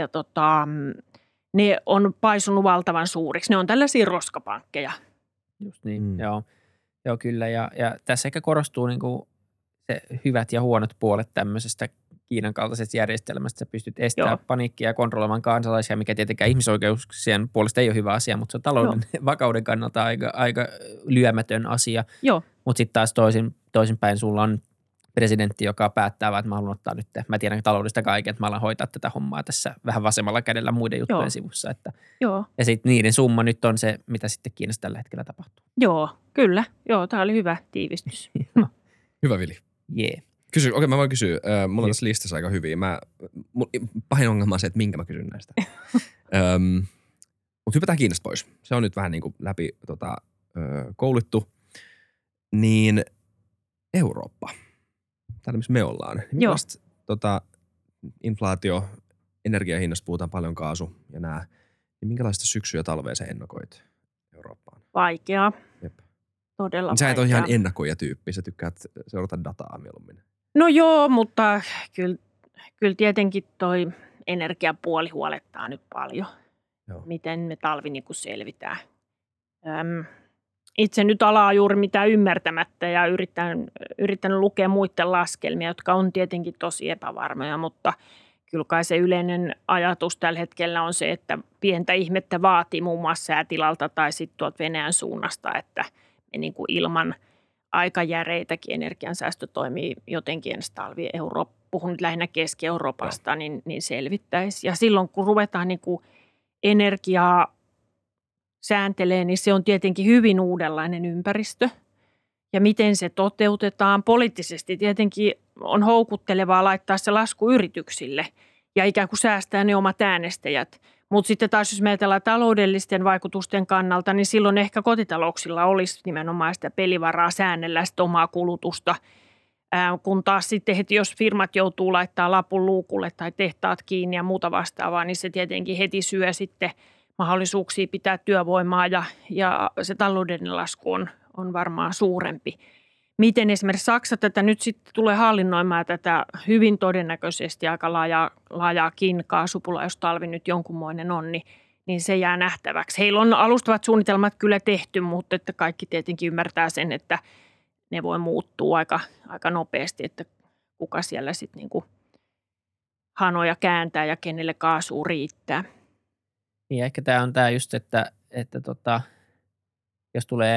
ne on paisunut valtavan suuriksi. Ne on tällaisia roskapankkeja. Just niin, joo kyllä. Ja tässä ehkä korostuu niin kuin se hyvät ja huonot puolet tämmöisestä Kiinan kaltaisesta järjestelmästä. Sä pystyt estämään paniikkia ja kontrolloimaan kansalaisia, mikä tietenkään ihmisoikeuksien puolesta ei ole hyvä asia, mutta se on talouden vakauden kannalta aika lyömätön asia. Mutta sitten taas toisinpäin sulla on presidentti, joka päättää, että mä haluan ottaa nyt, mä tiedän taloudesta kaiken, että mä alan hoitaa tätä hommaa tässä vähän vasemmalla kädellä muiden juttujen sivussa. Ja sitten niiden summa nyt on se, mitä sitten Kiinassa tällä hetkellä tapahtuu. Joo, kyllä. Joo, tämä oli hyvä tiivistys. Hyvä, Vili. Mä voin kysyä. Mulla on tässä listassa aika hyviä. Pahin ongelma on se, että minkä mä kysyn näistä. Mutta hypätään Kiinasta pois. Se on nyt vähän niin kuin läpi koulittu. Niin Eurooppa. Täällä missä me ollaan. Millaista inflaatio, energiahinnasta puhutaan paljon, kaasu ja nää. Niin minkälaista syksyä ja talvea sä ennakoit Eurooppaan? Vaikeaa. Todella sä et ole ihan ennakoija-tyyppi. Sä tykkäät seurata dataa mieluummin. No joo, mutta kyllä tietenkin toi energiapuoli huolettaa nyt paljon. Miten me talvi niin kuin selvitään. Itse nyt alaa juuri mitään ymmärtämättä ja yrittänyt lukea muiden laskelmia, jotka on tietenkin tosi epävarmoja, mutta kyllä kai se yleinen ajatus tällä hetkellä on se, että pientä ihmettä vaatii muun muassa säätilalta tai sitten tuolta Venäjän suunnasta, että me niin kuin ilman aika järeitäkin energiansäästötoimia jotenkin ensi talvi puhun nyt lähinnä Keski-Euroopasta, niin selvittäisi. Ja silloin kun ruvetaan niin kuin energiaa sääntelee, niin se on tietenkin hyvin uudenlainen ympäristö. Ja miten se toteutetaan poliittisesti tietenkin on houkuttelevaa laittaa se lasku yrityksille ja ikään kuin säästää ne omat äänestäjät. Mutta sitten taas jos me ajatellaan taloudellisten vaikutusten kannalta, niin silloin ehkä kotitalouksilla olisi nimenomaan sitä pelivaraa säännellä sitä omaa kulutusta. Kun taas sitten heti, jos firmat joutuu laittaa lapun luukulle tai tehtaat kiinni ja muuta vastaavaa, niin se tietenkin heti syö sitten mahdollisuuksia pitää työvoimaa ja se taloudellinen lasku on varmaan suurempi. Miten esimerkiksi Saksa tätä nyt sitten tulee hallinnoimaan tätä hyvin todennäköisesti aika laajaakin kaasupulaa, jos talvi nyt jonkunmoinen on, niin se jää nähtäväksi. Heillä on alustavat suunnitelmat kyllä tehty, mutta että kaikki tietenkin ymmärtää sen, että ne voi muuttua aika nopeasti, että kuka siellä sitten niinku hanoja kääntää ja kenelle kaasua riittää. Niin ehkä tämä on tämä just, että jos tulee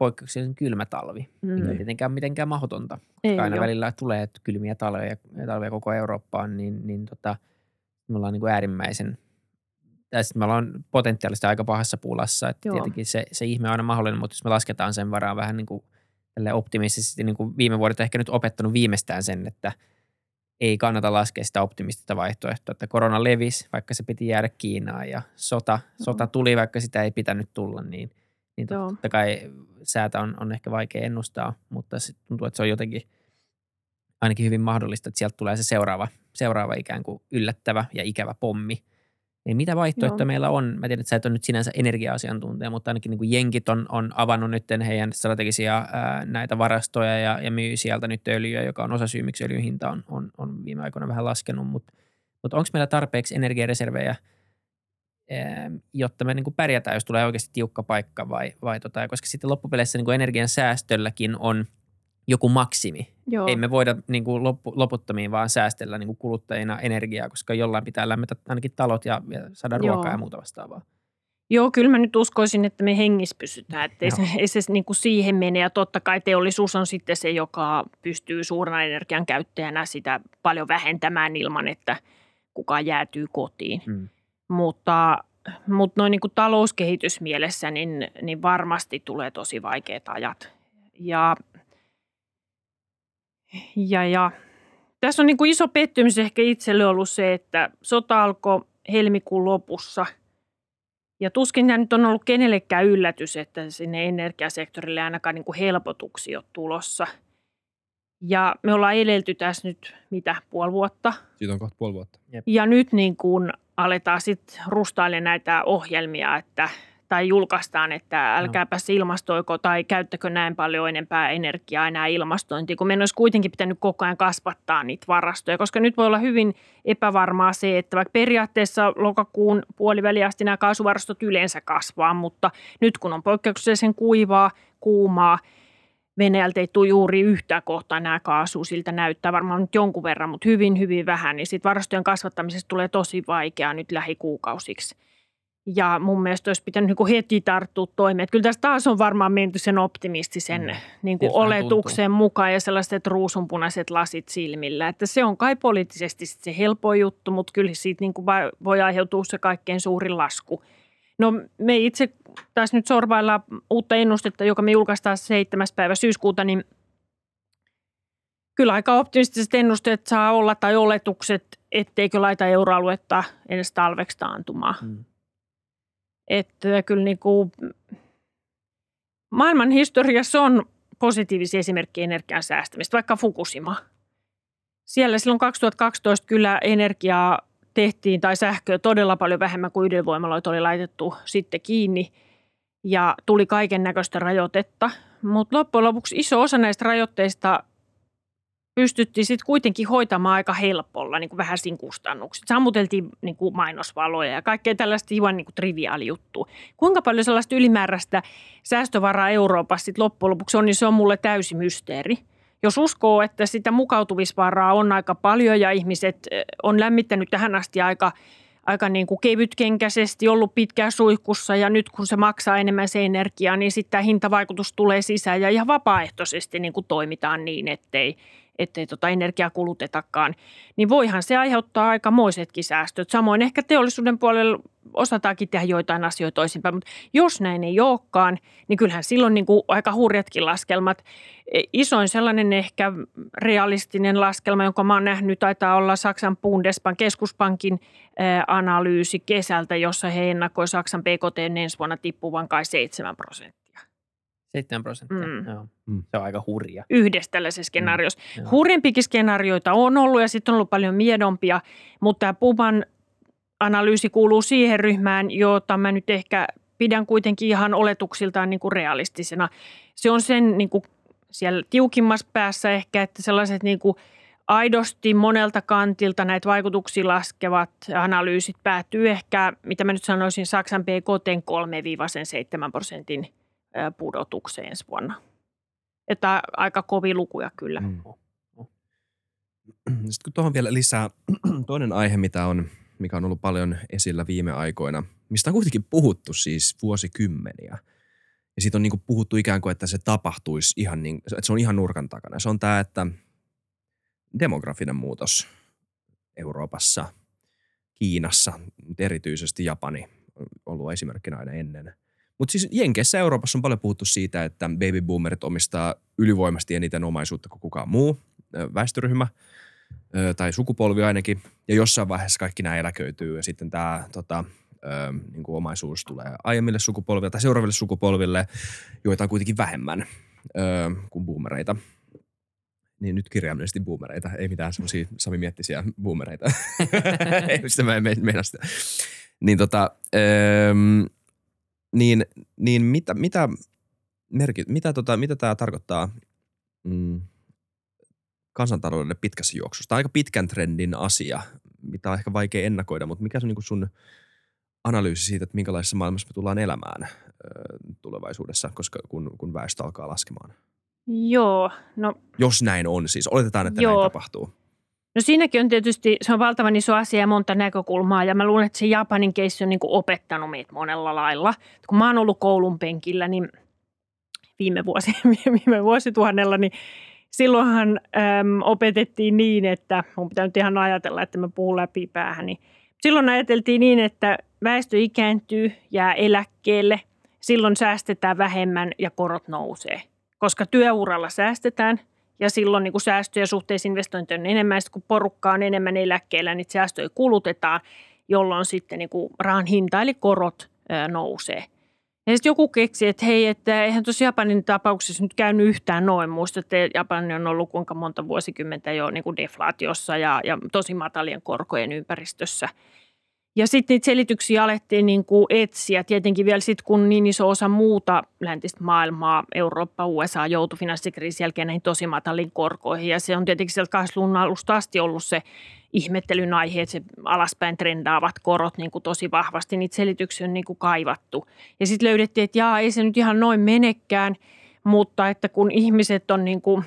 poikkeuksellisen kylmä talvi, mikä ei tietenkään ole mitenkään mahdotonta. Koska aina välillä tulee kylmiä talveja koko Eurooppaan, niin me ollaan niin kuin äärimmäisen, me ollaan potentiaalisesti aika pahassa pulassa, että tietenkin se ihme on aina mahdollinen, mutta jos me lasketaan sen varaan vähän niin kuin optimistisesti, niin kuin viime vuodet ehkä nyt opettanut viimeistään sen, että ei kannata laskea sitä optimistista vaihtoehtoa, että korona levisi, vaikka se piti jäädä Kiinaan ja sota tuli, vaikka sitä ei pitänyt tulla, niin totta kai säätä on ehkä vaikea ennustaa, mutta se tuntuu, että se on jotenkin ainakin hyvin mahdollista, että sieltä tulee se seuraava ikään kuin yllättävä ja ikävä pommi. Niin mitä vaihtoehtoja meillä on? Mä tiedän, että sä et ole nyt sinänsä energia-asiantuntija, mutta ainakin niin kuin jenkit on avannut nyt heidän strategisia näitä varastoja ja myy sieltä nyt öljyä, joka on osa syy, miksi öljyn hinta on viime aikoina vähän laskenut. Mutta onko meillä tarpeeksi energiareservejä, jotta me niin kuin pärjätään, jos tulee oikeasti tiukka paikka koska sitten loppupeleissä niin kuin energian säästölläkin on joku maksimi. Joo. Ei me voida niin kuin loputtomiin vaan säästellä niin kuin kuluttajina energiaa, koska jollain pitää lämmetä ainakin talot ja saada ruokaa ja muuta vastaavaa. Joo, kyllä mä nyt uskoisin, että me hengissä pysytään, että ei se niin kuin siihen mene. Ja totta kai teollisuus on sitten se, joka pystyy suurena energian käyttäjänä sitä paljon vähentämään ilman, että kukaan jäätyy kotiin. Mutta noin niin kuin talouskehitysmielessä niin varmasti tulee tosi vaikeat ajat. Ja tässä on niin kuin iso pettymys ehkä itselle ollut se, että sota alkoi helmikuun lopussa. Ja tuskin tämä nyt on ollut kenellekään yllätys, että sinne energiasektorille ainakaan niin kuin helpotuksia on tulossa. Ja me ollaan elelty tässä nyt, puoli vuotta? Siitä on kohta puoli vuotta. Jep. Ja nyt niin kuin aletaan sitten rustailemaan näitä ohjelmia, tai julkaistaan, että älkääpäs ilmastoiko tai käyttäkö näin paljon enempää energiaa enää ilmastointiin, kun meidän olisi kuitenkin pitänyt koko ajan kasvattaa niitä varastoja, koska nyt voi olla hyvin epävarmaa se, että vaikka periaatteessa lokakuun puoliväliin asti nämä kaasuvarastot yleensä kasvaa, mutta nyt kun on poikkeuksellisen kuumaa, Venäjältä ei tule juuri yhtään kohtaa nämä kaasua, siltä näyttää varmaan nyt jonkun verran, mutta hyvin, hyvin vähän, niin sitten varastojen kasvattamisesta tulee tosi vaikeaa nyt lähikuukausiksi. Ja mun mielestä olisi pitänyt niin kuin heti tarttua toimeen. Kyllä tässä taas on varmaan menty sen optimistisen niin kuin oletuksen mukaan ja sellaiset ruusunpunaiset lasit silmillä. Että se on kai poliittisesti se helpoin juttu, mutta kyllä siitä niin kuin voi aiheutua se kaikkein suurin lasku. No me itse taas nyt sorvaillaan uutta ennustetta, joka me julkaistaan 7. päivä syyskuuta, niin kyllä aika optimistiset ennusteet saa olla tai oletukset, etteikö laita euroaluetta edes talveksi taantumaan. Että kyllä niin kuin maailman historiassa on positiivisia esimerkkejä energian säästämistä, vaikka Fukushima. Siellä silloin 2012 kyllä energiaa tehtiin tai sähköä todella paljon vähemmän kuin ydinvoimaloita oli laitettu sitten kiinni ja tuli kaiken näköistä rajoitetta. Mutta loppujen lopuksi iso osa näistä rajoitteista pystyttiin sitten kuitenkin hoitamaan aika helpolla, niin kuin vähäisin kustannukset. Sammuteltiin niin kuin mainosvaloja ja kaikkea tällaista ihan niin kuin triviaali juttua. Kuinka paljon sellaista ylimääräistä säästövaraa Euroopassa sitten loppujen lopuksi on, niin se on mulle täysi mysteeri. Jos uskoo, että sitä mukautuvisvaraa on aika paljon ja ihmiset on lämmittänyt tähän asti aika niin kuin kevytkenkäisesti, ollut pitkään suihkussa ja nyt kun se maksaa enemmän se energiaa, niin sitten tämä hintavaikutus tulee sisään ja ihan vapaaehtoisesti niin kuin toimitaan niin, ettei energiaa kulutetakaan, niin voihan se aiheuttaa aikamoisetkin säästöt. Samoin ehkä teollisuuden puolella osataankin tehdä joitain asioita toisinpäin, mutta jos näin ei olekaan, niin kyllähän silloin niin kuin aika hurjatkin laskelmat. Isoin sellainen ehkä realistinen laskelma, jonka mä oon nähnyt, taitaa olla Saksan Bundesbank keskuspankin analyysi kesältä, jossa he ennakoi Saksan BKT ensi vuonna tippuvan kai 7%. 7%, joo. Se on aika hurja. Yhdessä tällaisessa skenaariossa. Hurjempikin skenaarioita on ollut ja sitten on ollut paljon miedompia, mutta tämä Puban analyysi kuuluu siihen ryhmään, jota mä nyt ehkä pidän kuitenkin ihan oletuksiltaan niin kuin realistisena. Se on sen niin kuin siellä tiukimmassa päässä ehkä, että sellaiset niin kuin aidosti monelta kantilta näitä vaikutuksia laskevat analyysit päätyy ehkä, mitä mä nyt sanoisin, Saksan BKT 3-7% pudotukseen ensi vuonna. Että aika kovia lukuja kyllä. Sitten kun tuohon vielä lisää toinen aihe, mikä on ollut paljon esillä viime aikoina, mistä on kuitenkin puhuttu siis vuosikymmeniä. Ja siitä on niin kuin puhuttu ikään kuin, että se tapahtuisi ihan niin, että se on ihan nurkan takana. Se on tämä, että demografinen muutos Euroopassa, Kiinassa, erityisesti Japani on ollut esimerkkinä aina ennen. Mutta siis Jenkeissä Euroopassa on paljon puhuttu siitä, että baby boomerit omistaa ylivoimasti eniten omaisuutta kuin kukaan muu väestöryhmä tai sukupolvi ainakin. Ja jossain vaiheessa kaikki nämä eläköityy ja sitten tämä niin kuin omaisuus tulee aiemmille sukupolville tai seuraaville sukupolville, joita on kuitenkin vähemmän kuin boomereita. Niin nyt kirjaimellisesti boomereita, ei mitään semmoisia Sami-miettisiä boomereita. Ei, sitä mä en meinaa sitä. Niin mitä tämä tarkoittaa kansantaloudelle pitkässä juoksussa? Tämä on aika pitkän trendin asia, mitä on ehkä vaikea ennakoida, mutta mikä on niin kuin sun analyysi siitä, että minkälaisessa maailmassa me tullaan elämään tulevaisuudessa, koska kun väestö alkaa laskemaan? Joo, no. Jos näin on siis. Oletetaan, että näin tapahtuu. No siinäkin on tietysti, se on valtavan iso asia ja monta näkökulmaa ja mä luulen, että se Japanin keissi on niin kuin opettanut meitä monella lailla. Kun mä oon ollut koulun penkillä, niin viime vuosituhannella, niin silloinhan opetettiin niin, että mun pitää nyt ihan ajatella, että mä puhun läpi päähän. Niin silloin ajateltiin niin, että väestö ikääntyy, jää eläkkeelle, silloin säästetään vähemmän ja korot nousee. Koska työuralla säästetään ja silloin niin kuin säästöjä suhteessa investointeja on enemmän, ja kun porukka on enemmän eläkkeellä, niin säästöjä kulutetaan, jolloin sitten niin kuin rahan hinta eli korot nousee. Ja sitten joku keksi, että hei, että eihän tuossa Japanin tapauksessa nyt käynyt yhtään noin. Muistatte, että Japani on ollut kuinka monta vuosikymmentä jo niin kuin deflaatiossa ja tosi matalien korkojen ympäristössä. Ja sitten niitä selityksiä alettiin niin kuin etsiä. Tietenkin vielä sitten, kun niin iso osa muuta läntistä maailmaa, Eurooppa, USA joutui finanssikriisin jälkeen näihin tosi mataliin korkoihin. Ja se on tietenkin sieltä 80-luvun alusta asti ollut se ihmettelyn aihe, että se alaspäin trendaavat korot niin kuin tosi vahvasti. Niitä selityksiä on niin kuin kaivattu. Ja sitten löydettiin, että ei se nyt ihan noin menekään, mutta että kun ihmiset on niin kuin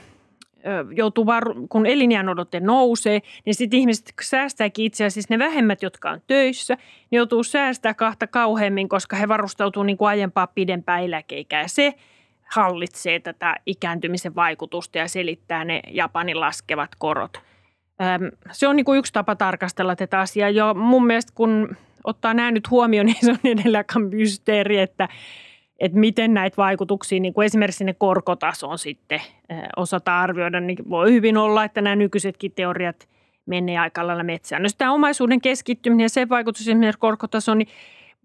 kun eliniänodote nousee, niin sitten ihmiset säästääkin itse asiassa ne vähemmät, jotka on töissä, niin joutuu säästää kahta kauheammin, koska he varustautuu niin kuin aiempaa pidempään eläkeikää. Ja se hallitsee tätä ikääntymisen vaikutusta ja selittää ne Japanin laskevat korot. Se on niin kuin yksi tapa tarkastella tätä asiaa. Ja mun mielestä kun ottaa nämä nyt huomioon, niin se on edelleen aika mysteeri, että miten näitä vaikutuksia, niin kuin esimerkiksi sinne korkotasoon sitten osataan arvioida, niin voi hyvin olla, että nämä nykyisetkin teoriat menee aika lailla metsään. No tämä omaisuuden keskittyminen ja sen vaikutus esimerkiksi korkotasoon, niin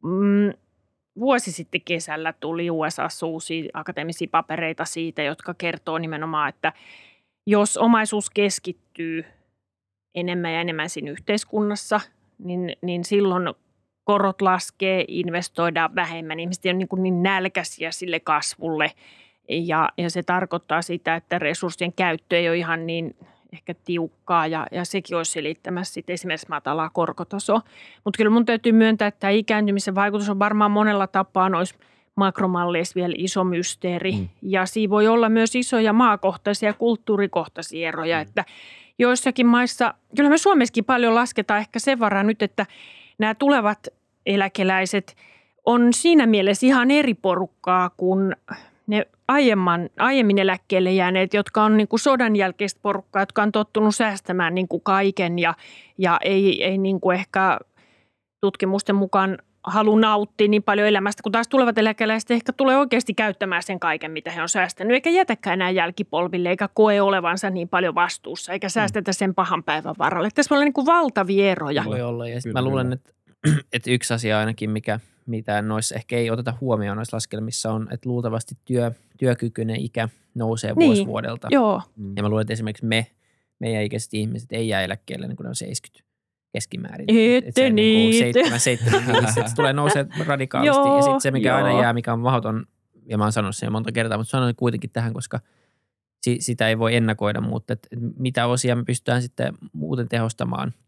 vuosi sitten kesällä tuli USA:ssa uusia akateemisia papereita siitä, jotka kertoo nimenomaan, että jos omaisuus keskittyy enemmän ja enemmän siinä yhteiskunnassa, niin silloin korot laskee, investoidaan vähemmän. Ihmiset on niin nälkäisiä sille kasvulle ja se tarkoittaa sitä, että resurssien käyttö ei ole ihan niin ehkä tiukkaa ja sekin olisi selittämässä sitten esimerkiksi matalaa korkotasoa. Mutta kyllä mun täytyy myöntää, että tämä ikääntymisen vaikutus on varmaan monella tapaa noissa makromalleissa vielä iso mysteeri. Ja siinä voi olla myös isoja maakohtaisia ja kulttuurikohtaisia eroja, että joissakin maissa, kyllä me Suomessakin paljon lasketaan ehkä sen varaa nyt, että nämä tulevat eläkeläiset on siinä mielessä ihan eri porukkaa kuin ne aiemmin eläkkeelle jääneet, jotka on niin kuin sodan jälkeistä porukkaa, jotka on tottunut säästämään niin kuin kaiken ja ei niin kuin ehkä tutkimusten mukaan halu nauttia niin paljon elämästä, kun taas tulevat eläkeläiset ehkä tulee oikeasti käyttämään sen kaiken, mitä he on säästänyt, eikä jätäkään enää jälkipolville, eikä koe olevansa niin paljon vastuussa, eikä säästetä sen pahan päivän varalle. Tässä voi olla niin kuin valtavia eroja. Voi olla, ja mä luulen, että yksi asia ainakin, mitä noissa ehkä ei oteta huomioon noissa laskelmissa on, että luultavasti työkykyinen ikä nousee vuosi vuodelta. Joo. Ja mä luulen, että esimerkiksi meidän ikäiset ihmiset ei jää eläkkeelle niin kuin ne on 70 keskimäärin. Ette niitä. 75, että se tulee nousee radikaalisti. Ja sitten se, mikä aina jää, mikä on mahdoton, ja mä oon sanonut sen jo monta kertaa, mutta sanon kuitenkin tähän, koska sitä ei voi ennakoida, mutta että mitä osia me pystytään sitten muuten tehostamaan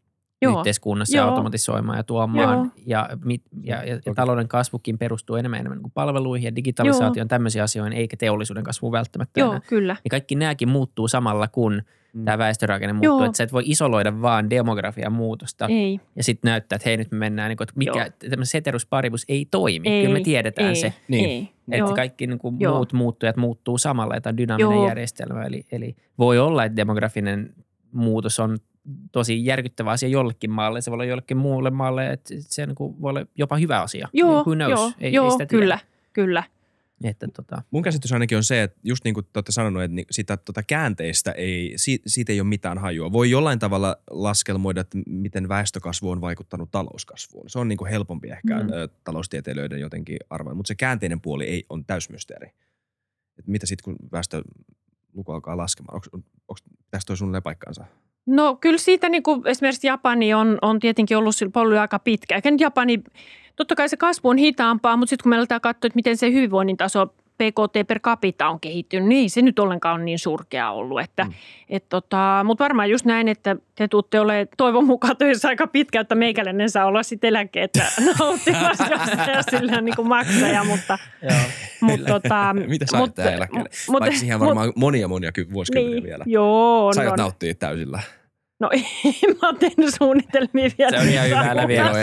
yhteiskunnassa ja automatisoimaan ja tuomaan. Ja talouden kasvukin perustuu enemmän niin kuin palveluihin ja digitalisaation tämmöisiin asioihin, eikä teollisuuden kasvuun välttämättä enää. Kyllä. Ja kaikki nämäkin muuttuu samalla, kun tämä väestörakenne muuttuu. Että sä et voi isoloida vaan demografian muutosta ja sitten näyttää, että hei nyt me mennään, niin kuin, että mikä tämmöinen ceteris paribus ei toimi. Kyllä me tiedetään se. Niin. Että kaikki niin kuin muut muuttujat muuttuu samalla, että on dynaaminen järjestelmä. Eli voi olla, että demografinen muutos on tosi järkyttävä asia jollekin maalle. Se voi olla jollekin muulle maalle, että se niin kuin voi olla jopa hyvä asia. Who knows? Ei sitä tiedä. Kyllä. Että Mun käsitys ainakin on se, että just niin kuin te olette sanonut, että sitä käänteistä siitä ei ole mitään hajua. Voi jollain tavalla laskelmoida, että miten väestökasvu on vaikuttanut talouskasvuun. Se on niin kuin helpompi ehkä taloustieteilijöiden jotenkin arvoa, mutta se käänteinen puoli on täysmysteeri. Että mitä sitten, kun väestöluku alkaa laskemaan? Pitäisi toi suunnilleen paikkaansa? No kyllä siitä niin kuin esimerkiksi Japani on tietenkin ollut sillä aika pitkä. Eikä nyt Japani, totta kai se kasvu on hitaampaa, mutta sitten kun me aletaan katsoa, että miten se hyvinvoinnin taso PKT per capita on kehittynyt, niin ei se nyt ollenkaan ole niin surkea ollut. Mutta varmaan just näin, että te tuutte olemaan toivon mukaan töissä aika pitkä, että meikäläinen saa olla sitten eläkkeettä nauttimassa, jos sillä on niin kuin maksaja, mutta mitä sä ajat tähän eläkkeelle? Vaikka siihen varmaan monia vuosikymmeniä vielä. Joo. Sä aiot nauttia täysillä. No mä oon tehnyt suunnitelmia vielä. Se on ihan hyvällä vielä.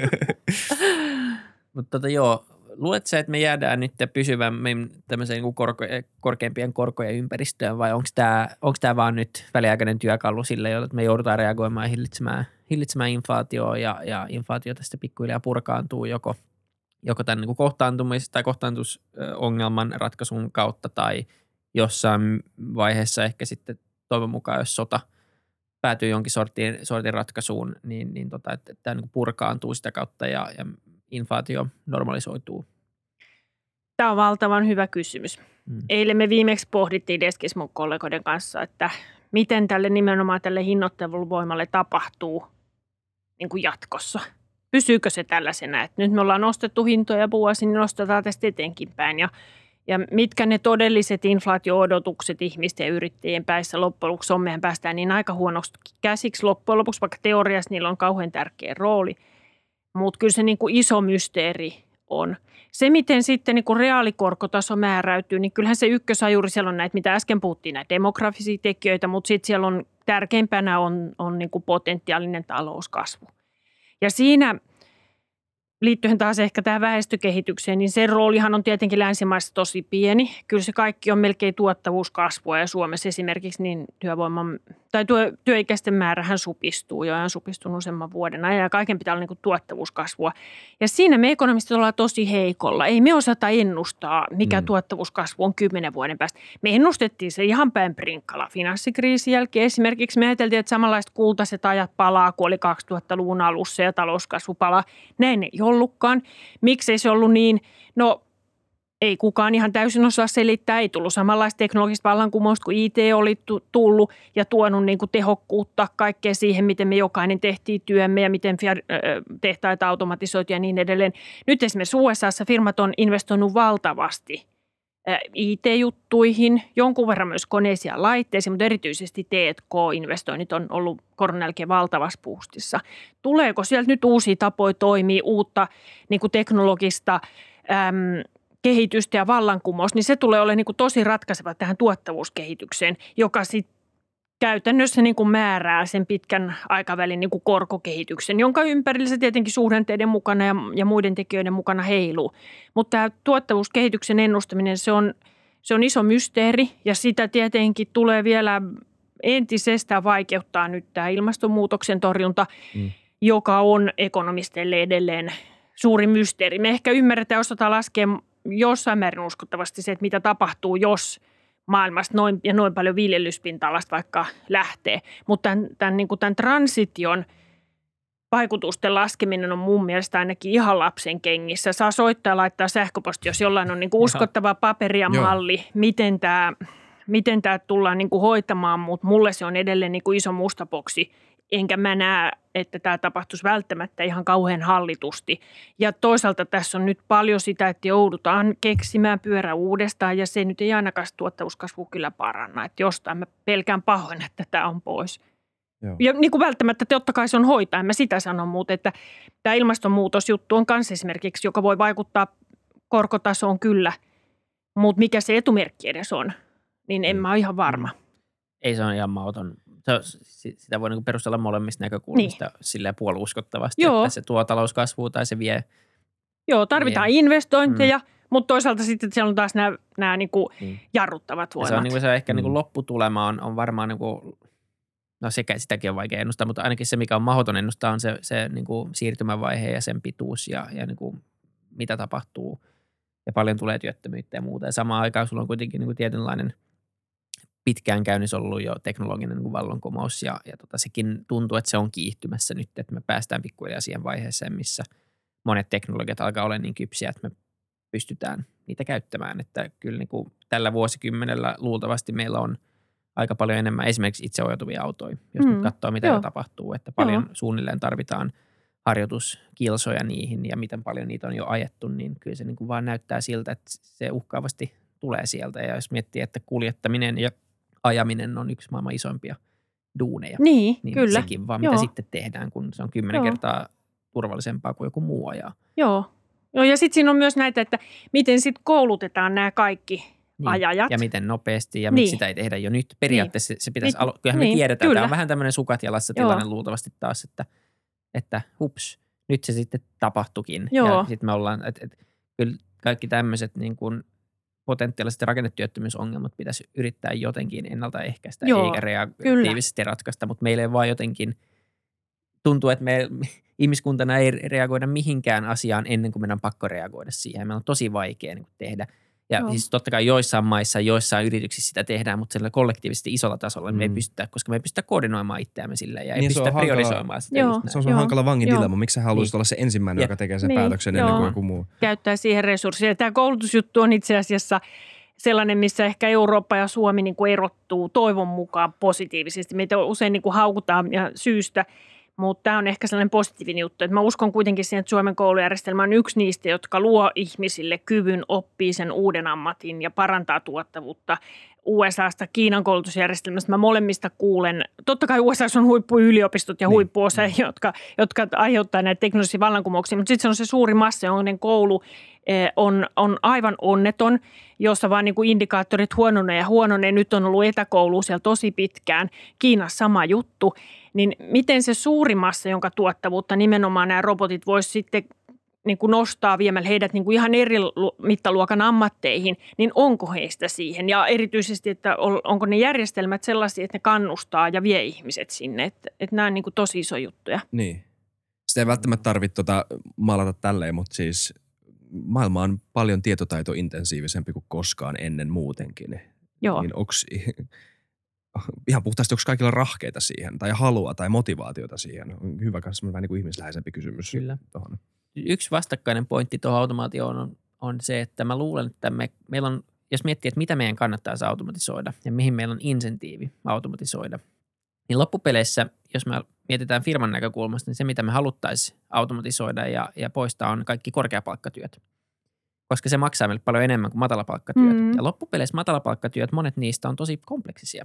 Mutta luuletko sä, että me jäädään nyt pysyvämmin tämmöiseen korkeampien korkojen ympäristöön vai onko tämä vaan nyt väliaikainen työkalu sille, että me joudutaan reagoimaan ja hillitsemään inflaatioon ja inflaatio tästä pikkuhiljaa purkaantuu joko tämän niin kohtaantumis- tai kohtaantusongelman ratkaisun kautta tai jossain vaiheessa ehkä sitten toivon mukaan, jos sota päätyy jonkin sortin ratkaisuun, niin että tämä niin purkaantuu sitä kautta ja inflaatio normalisoituu? Tämä on valtavan hyvä kysymys. Eilen me viimeksi pohdittiin Deskis mun kollegoiden kanssa, että miten nimenomaan tälle hinnoitteluvoimalle tapahtuu niin kuin jatkossa. Pysyykö se tällaisena, että nyt me ollaan nostettu hintoja vuosi, niin nostetaan tästä eteenkin päin. Ja mitkä ne todelliset inflaatio-odotukset ihmisten ja yrittäjien päissä loppujen lopuksi on, mehän päästään niin aika huonoksi käsiksi loppujen lopuksi, vaikka teoriassa niillä on kauhean tärkeä rooli. Mutta kyllä se niin kuin iso mysteeri on. Se, miten sitten niin kuin reaalikorkotaso määräytyy, niin kyllähän se ykkösajuri, siellä on näitä, mitä äsken puhuttiin, näitä demografisia tekijöitä, mutta sitten siellä on tärkeimpänä on niin kuin potentiaalinen talouskasvu. Ja siinä liittyen taas ehkä tähän väestökehitykseen, niin sen roolihan on tietenkin länsimaissa tosi pieni. Kyllä se kaikki on melkein tuottavuuskasvua ja Suomessa esimerkiksi niin työikäisten määrähän supistuu jo ja on supistunut useamman vuoden ajan ja kaiken pitää olla niin kuin tuottavuuskasvua. Ja siinä me ekonomistit ollaan tosi heikolla. Ei me osata ennustaa, mikä tuottavuuskasvu on 10 vuoden päästä. Me ennustettiin se ihan päin prinkkalla finanssikriisin jälkeen. Esimerkiksi me ajateltiin, että samanlaiset kultaiset ajat palaa, kun oli 2000-luvun alussa ja talouskasvu palaa. Näin ei ollutkaan. Miksei se ollut niin? No ei kukaan ihan täysin osaa selittää. Ei tullut samanlaista teknologista vallankumousta kuin IT oli tullut ja tuonut niin kuin tehokkuutta kaikkea siihen, miten me jokainen tehtiin työmme ja miten tehtaita automatisoitiin ja niin edelleen. Nyt esimerkiksi USAssa firmat on investoinut valtavasti IT-juttuihin, jonkun verran myös koneisiin ja laitteisiin, mutta erityisesti T&K-investoinnit on ollut koronan jälkeen valtavassa boostissa. Tuleeko sieltä nyt uusia tapoja toimia, uutta niin kuin teknologista kehitystä ja vallankumous, niin se tulee olemaan niin kuin tosi ratkaiseva tähän tuottavuuskehitykseen, joka sitten käytännössä niin kuin määrää sen pitkän aikavälin niin kuin korkokehityksen, jonka ympärillä se tietenkin suhdanteiden mukana ja muiden tekijöiden mukana heiluu. Mutta tämä tuottavuuskehityksen ennustaminen, se on iso mysteeri ja sitä tietenkin tulee vielä entisestään vaikeuttaa nyt tämä ilmastonmuutoksen torjunta, joka on ekonomisteille edelleen suuri mysteeri. Me ehkä ymmärretään, osataan laskea jossain määrin uskottavasti se, että mitä tapahtuu, jos maailmasta noin paljon viljelyspinta-alasta vaikka lähtee. Mutta tämän transition vaikutusten laskeminen on mun mielestä ainakin ihan lapsen kengissä. Saa soittaa ja laittaa sähköposti, jos jollain on niin kuin uskottava paperi ja malli, miten tämä tullaan niin kuin hoitamaan, mutta mulle se on edelleen niin kuin iso musta boksi. Enkä mä näe, että tämä tapahtuisi välttämättä ihan kauhean hallitusti. Ja toisaalta tässä on nyt paljon sitä, että joudutaan keksimään pyörä uudestaan ja se nyt ei ainakaan tuottavuuskasvu kyllä paranna. Että jostain mä pelkään pahoin, että tämä on pois. Ja niin kuin välttämättä totta kai se on hoitaa, en mä sitä sano, mutta että tämä ilmastonmuutosjuttu on myös esimerkiksi, joka voi vaikuttaa korkotasoon kyllä, mutta mikä se etumerkki edes on, niin en mä ole ihan varma. Ei se on ihan mahdoton. Sitä voi niinku perustella molemmista näkökulmista silleen puoluuskottavasti, että se tuo talouskasvua tai se vie. Joo, tarvitaan investointeja, mutta toisaalta sitten siellä on taas nämä niinku jarruttavat voimat. Se on ehkä niinku lopputulema on varmaan niinku, no sitäkin on vaikea ennustaa, mutta ainakin se mikä on mahdoton ennustaa on se niinku siirtymävaihe ja sen pituus ja niinku mitä tapahtuu ja paljon tulee työttömyyttä ja muuta. Ja samaan aikaan sulla on kuitenkin niinku tietynlainen pitkään käynnissä ollut jo teknologinen niin vallankumous ja sekin tuntuu, että se on kiihtymässä nyt, että me päästään pikkuhiljaa siihen vaiheeseen, missä monet teknologiat alkaa olla niin kypsiä, että me pystytään niitä käyttämään. Että kyllä niin kuin tällä vuosikymmenellä luultavasti meillä on aika paljon enemmän esimerkiksi itseohjautuvia autoja, jos nyt katsoo, mitä tapahtuu, että paljon suunnilleen tarvitaan harjoituskilsoja niihin ja miten paljon niitä on jo ajettu, niin kyllä se niin kuin vaan näyttää siltä, että se uhkaavasti tulee sieltä. Ja jos miettii, että kuljettaminen ja ajaminen on yksi maailman isoimpia duuneja. Niin kyllä. Sekin vaan mitä sitten tehdään, kun se on 10 kertaa turvallisempaa kuin joku muu ajaa. Joo, ja sitten siinä on myös näitä, että miten sitten koulutetaan nämä kaikki ajajat. Ja miten nopeasti ja miksi sitä ei tehdä jo nyt. Periaatteessa se pitäisi kyllähän me tiedetään, tämä on vähän tämmöinen sukat jalassa tilanne luultavasti taas, että hups, nyt se sitten tapahtuikin. Ja sitten me ollaan, että kyllä kaikki tämmöiset niin kuin potentiaaliset rakennetyöttömyysongelmat pitäisi yrittää jotenkin ennaltaehkäistä, eikä reaktiivisesti ratkaista, mutta meillä ei vaan jotenkin tuntuu, että me ihmiskuntana ei reagoida mihinkään asiaan ennen kuin meidän on pakko reagoida siihen. Meillä on tosi vaikea niin kuin tehdä. Ja siis totta kai joissain maissa, joissain yrityksissä sitä tehdään, mutta sillä kollektiivisesti isolla tasolla me ei pystytä, koska me ei pystytä koordinoimaan itseämme sillä ja ei pystytä priorisoimaan sitä. Se on hankala vangin dilemma. Miksi sä haluaisit olla se ensimmäinen, joka tekee sen päätöksen ennen kuin joku muu? Käyttää siihen resursseja. Tämä koulutusjuttu on itse asiassa sellainen, missä ehkä Eurooppa ja Suomi niin kuin erottuu toivon mukaan positiivisesti. Meitä usein niin kuin haukutaan ja syystä. Mutta tämä on ehkä sellainen positiivinen juttu, että mä uskon kuitenkin siihen, että Suomen koulujärjestelmä on yksi niistä, jotka luo ihmisille kyvyn oppia sen uuden ammatin ja parantaa tuottavuutta. USAsta, Kiinan koulutusjärjestelmästä mä molemmista kuulen. Totta kai USAssa on huippuyliopistot ja huippuosaajia, jotka aiheuttaa näitä teknologisia vallankumouksia, mutta sitten se on se suuri massa, jonka koulu on aivan onneton, jossa vaan niin kuin indikaattorit huononee. Nyt on ollut etäkoulu siellä tosi pitkään. Kiinassa sama juttu. Niin miten se suuri massa, jonka tuottavuutta nimenomaan nämä robotit voisi sitten niin kuin nostaa viemällä heidät niin kuin ihan eri mittaluokan ammatteihin, niin onko heistä siihen? Ja erityisesti, että onko ne järjestelmät sellaisia, että ne kannustaa ja vie ihmiset sinne. Että nämä on niin kuin tosi iso juttuja. Niin. Sitä ei välttämättä tarvitse maalata tälleen, mutta siis maailma on paljon tietotaitointensiivisempi kuin koskaan ennen muutenkin. Joo. Niin ihan puhtaasti, onko kaikilla rahkeita siihen tai halua tai motivaatiota siihen? On hyvä kanssa vähän niin kuin ihmisläheisempi kysymys. Kyllä. Tohon. Yksi vastakkainen pointti tuohon automaatioon on se, että mä luulen, että meillä on, jos miettii, että mitä meidän kannattaisi automatisoida ja mihin meillä on insentiivi automatisoida, niin loppupeleissä, jos me mietitään firman näkökulmasta, niin se, mitä me haluttaisiin automatisoida ja poistaa, on kaikki korkeapalkkatyöt. Koska se maksaa meille paljon enemmän kuin matalapalkkatyöt. Ja loppupeleissä matalapalkkatyöt, monet niistä on tosi kompleksisia.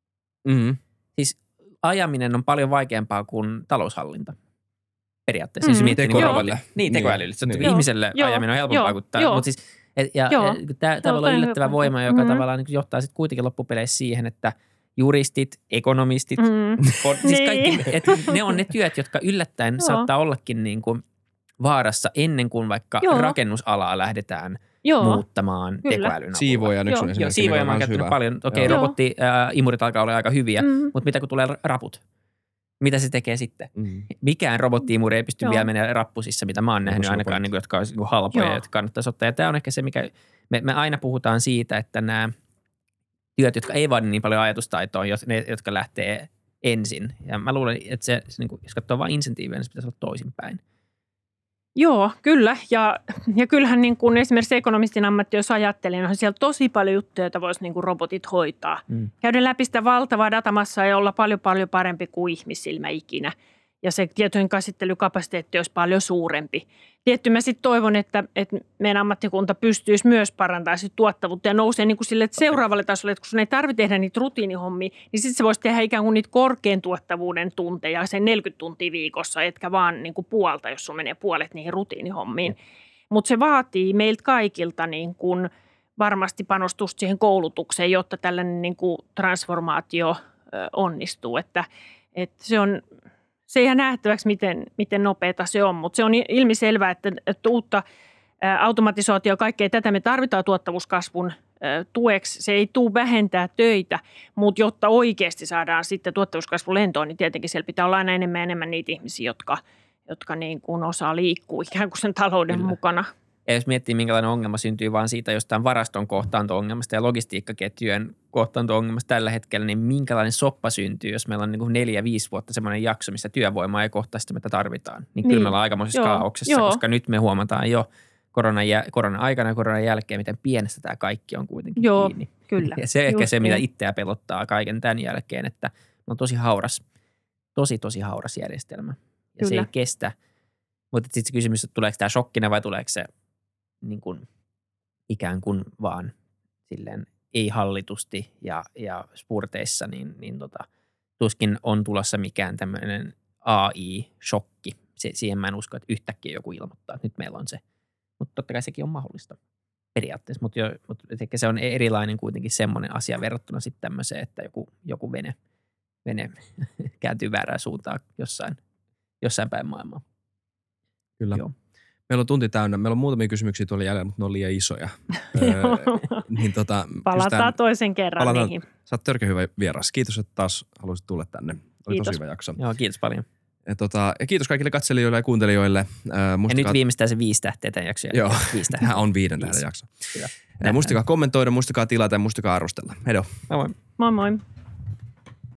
Siis ajaminen on paljon vaikeampaa kuin taloushallinta. Periaatteessa. Siis tekoälyllä. Niin, tekoälyllä. Ihmiselle ajaminen on helpompaa kuin tämä. Mutta siis, tämä on yllättävä voima, joka tavallaan niin johtaa sitten kuitenkin loppupeleissä siihen, että juristit, ekonomistit, siis kaikki, että ne on ne työt, jotka yllättäen saattaa ollakin niin kuin vaarassa ennen kuin vaikka rakennusalaa lähdetään muuttamaan tekoälyn avulla. Siivoja nyt on esimerkiksi. Siivoja mä oon käyttänyt paljon. Okei, robotti-imurit alkaa olla aika hyviä, mutta mitä kun tulee raput? Mitä se tekee sitten? Mikään robotti-imuri ei pysty vielä menemään rappusissa, mitä mä oon nähnyt ainakaan, niin kuin, jotka olisi niin halpoja, jotka kannattaisi ottaa. Ja tämä on ehkä se, mikä me aina puhutaan siitä, että nämä työt, jotka ei vaadi niin paljon ajatustaitoa, ne, jotka lähtee ensin. Ja mä luulen, että se niin kuin, jos katsoo vain insentiiviä, niin se pitäisi olla toisinpäin. Joo, kyllä. Ja kyllähän niin kuin esimerkiksi ekonomistin ammatti, jos ajattelin, niin on siellä tosi paljon juttuja, joita voisi niin kuin robotit hoitaa. Käydä läpi sitä valtavaa datamassaa ja olla paljon parempi kuin ihmissilmä ikinä. ja se tietojen käsittelykapasiteetti olisi paljon suurempi. Tietty mä sitten toivon, että meidän ammattikunta pystyisi myös parantamaan sit tuottavuutta ja nousee niin kuin sille seuraavalle tasolle, että kun sun ei tarvitse tehdä niitä rutiinihommia, niin sitten se voisi tehdä ikään kuin niitä korkean tuottavuuden tunteja, sen 40 tuntia viikossa, etkä vaan niin kuin puolta, jos sun menee puolet niihin rutiinihommiin. Mutta se vaatii meiltä kaikilta niin kuin varmasti panostusta siihen koulutukseen, jotta tällainen niin kuin transformaatio onnistuu, että se ei jää nähtäväksi, miten nopeata se on, mutta se on ilmiselvää, että uutta automatisaatio ja kaikkea tätä me tarvitaan tuottavuuskasvun tueksi. Se ei tule vähentää töitä, mutta jotta oikeasti saadaan sitten tuottavuuskasvu lentoon, niin tietenkin siellä pitää olla aina enemmän ja enemmän niitä ihmisiä, jotka niin kuin osaa liikkua ikään kuin sen talouden mukana. Ja jos miettii, minkälainen ongelma syntyy vaan siitä jostain varaston kohtaanto-ongelmasta ja logistiikkaketjujen kohtaanto-ongelmasta tällä hetkellä, niin minkälainen soppa syntyy, jos meillä on niin kuin 4-5 vuotta semmoinen jakso, missä työvoimaa ei kohtaa sitä, mitä tarvitaan. Niin kyllä me ollaan aikamoisessa kaauksessa, koska nyt me huomataan jo korona-aikana ja koronan jälkeen, miten pienestä tämä kaikki on kuitenkin kiinni. Kyllä. Ja se ehkä se, mitä itseä pelottaa kaiken tämän jälkeen, että on tosi hauras, tosi hauras järjestelmä. Ja kyllä. Se ei kestä. Mutta sitten se kysymys, että tuleeko tämä shokkina vai tuleeko se niin kuin ikään kuin vaan silleen ei hallitusti ja spurteissa, niin tuskin on tulossa mikään tämmöinen AI-shokki. Siihen mä en usko, että yhtäkkiä joku ilmoittaa, että nyt meillä on se. Mutta totta kai sekin on mahdollista periaatteessa, mutta se on erilainen kuitenkin semmoinen asia verrattuna sitten tämmöiseen, että joku vene kääntyy väärään suuntaan jossain päin maailmaa. Kyllä. Joo. Meillä on tunti täynnä. Meillä on muutamia kysymyksiä tuolla jäljellä, mutta ne on liian isoja. Niin palataan toisen kerran niihin. Sä oot törkeä hyvä vieras. Kiitos, että taas haluaisit tulla tänne. Oli tosi hyvä jakso. Joo, kiitos paljon. Ja kiitos kaikille katselijoille ja kuuntelijoille. Ja nyt viimeistään se 5 tähteä tämän jakson. Joo, tämä on 5 tähden jakso. Muistakaa kommentoida, muistakaa tilata ja muistakaa arvostella. Heido. Moi moi. Moi moi.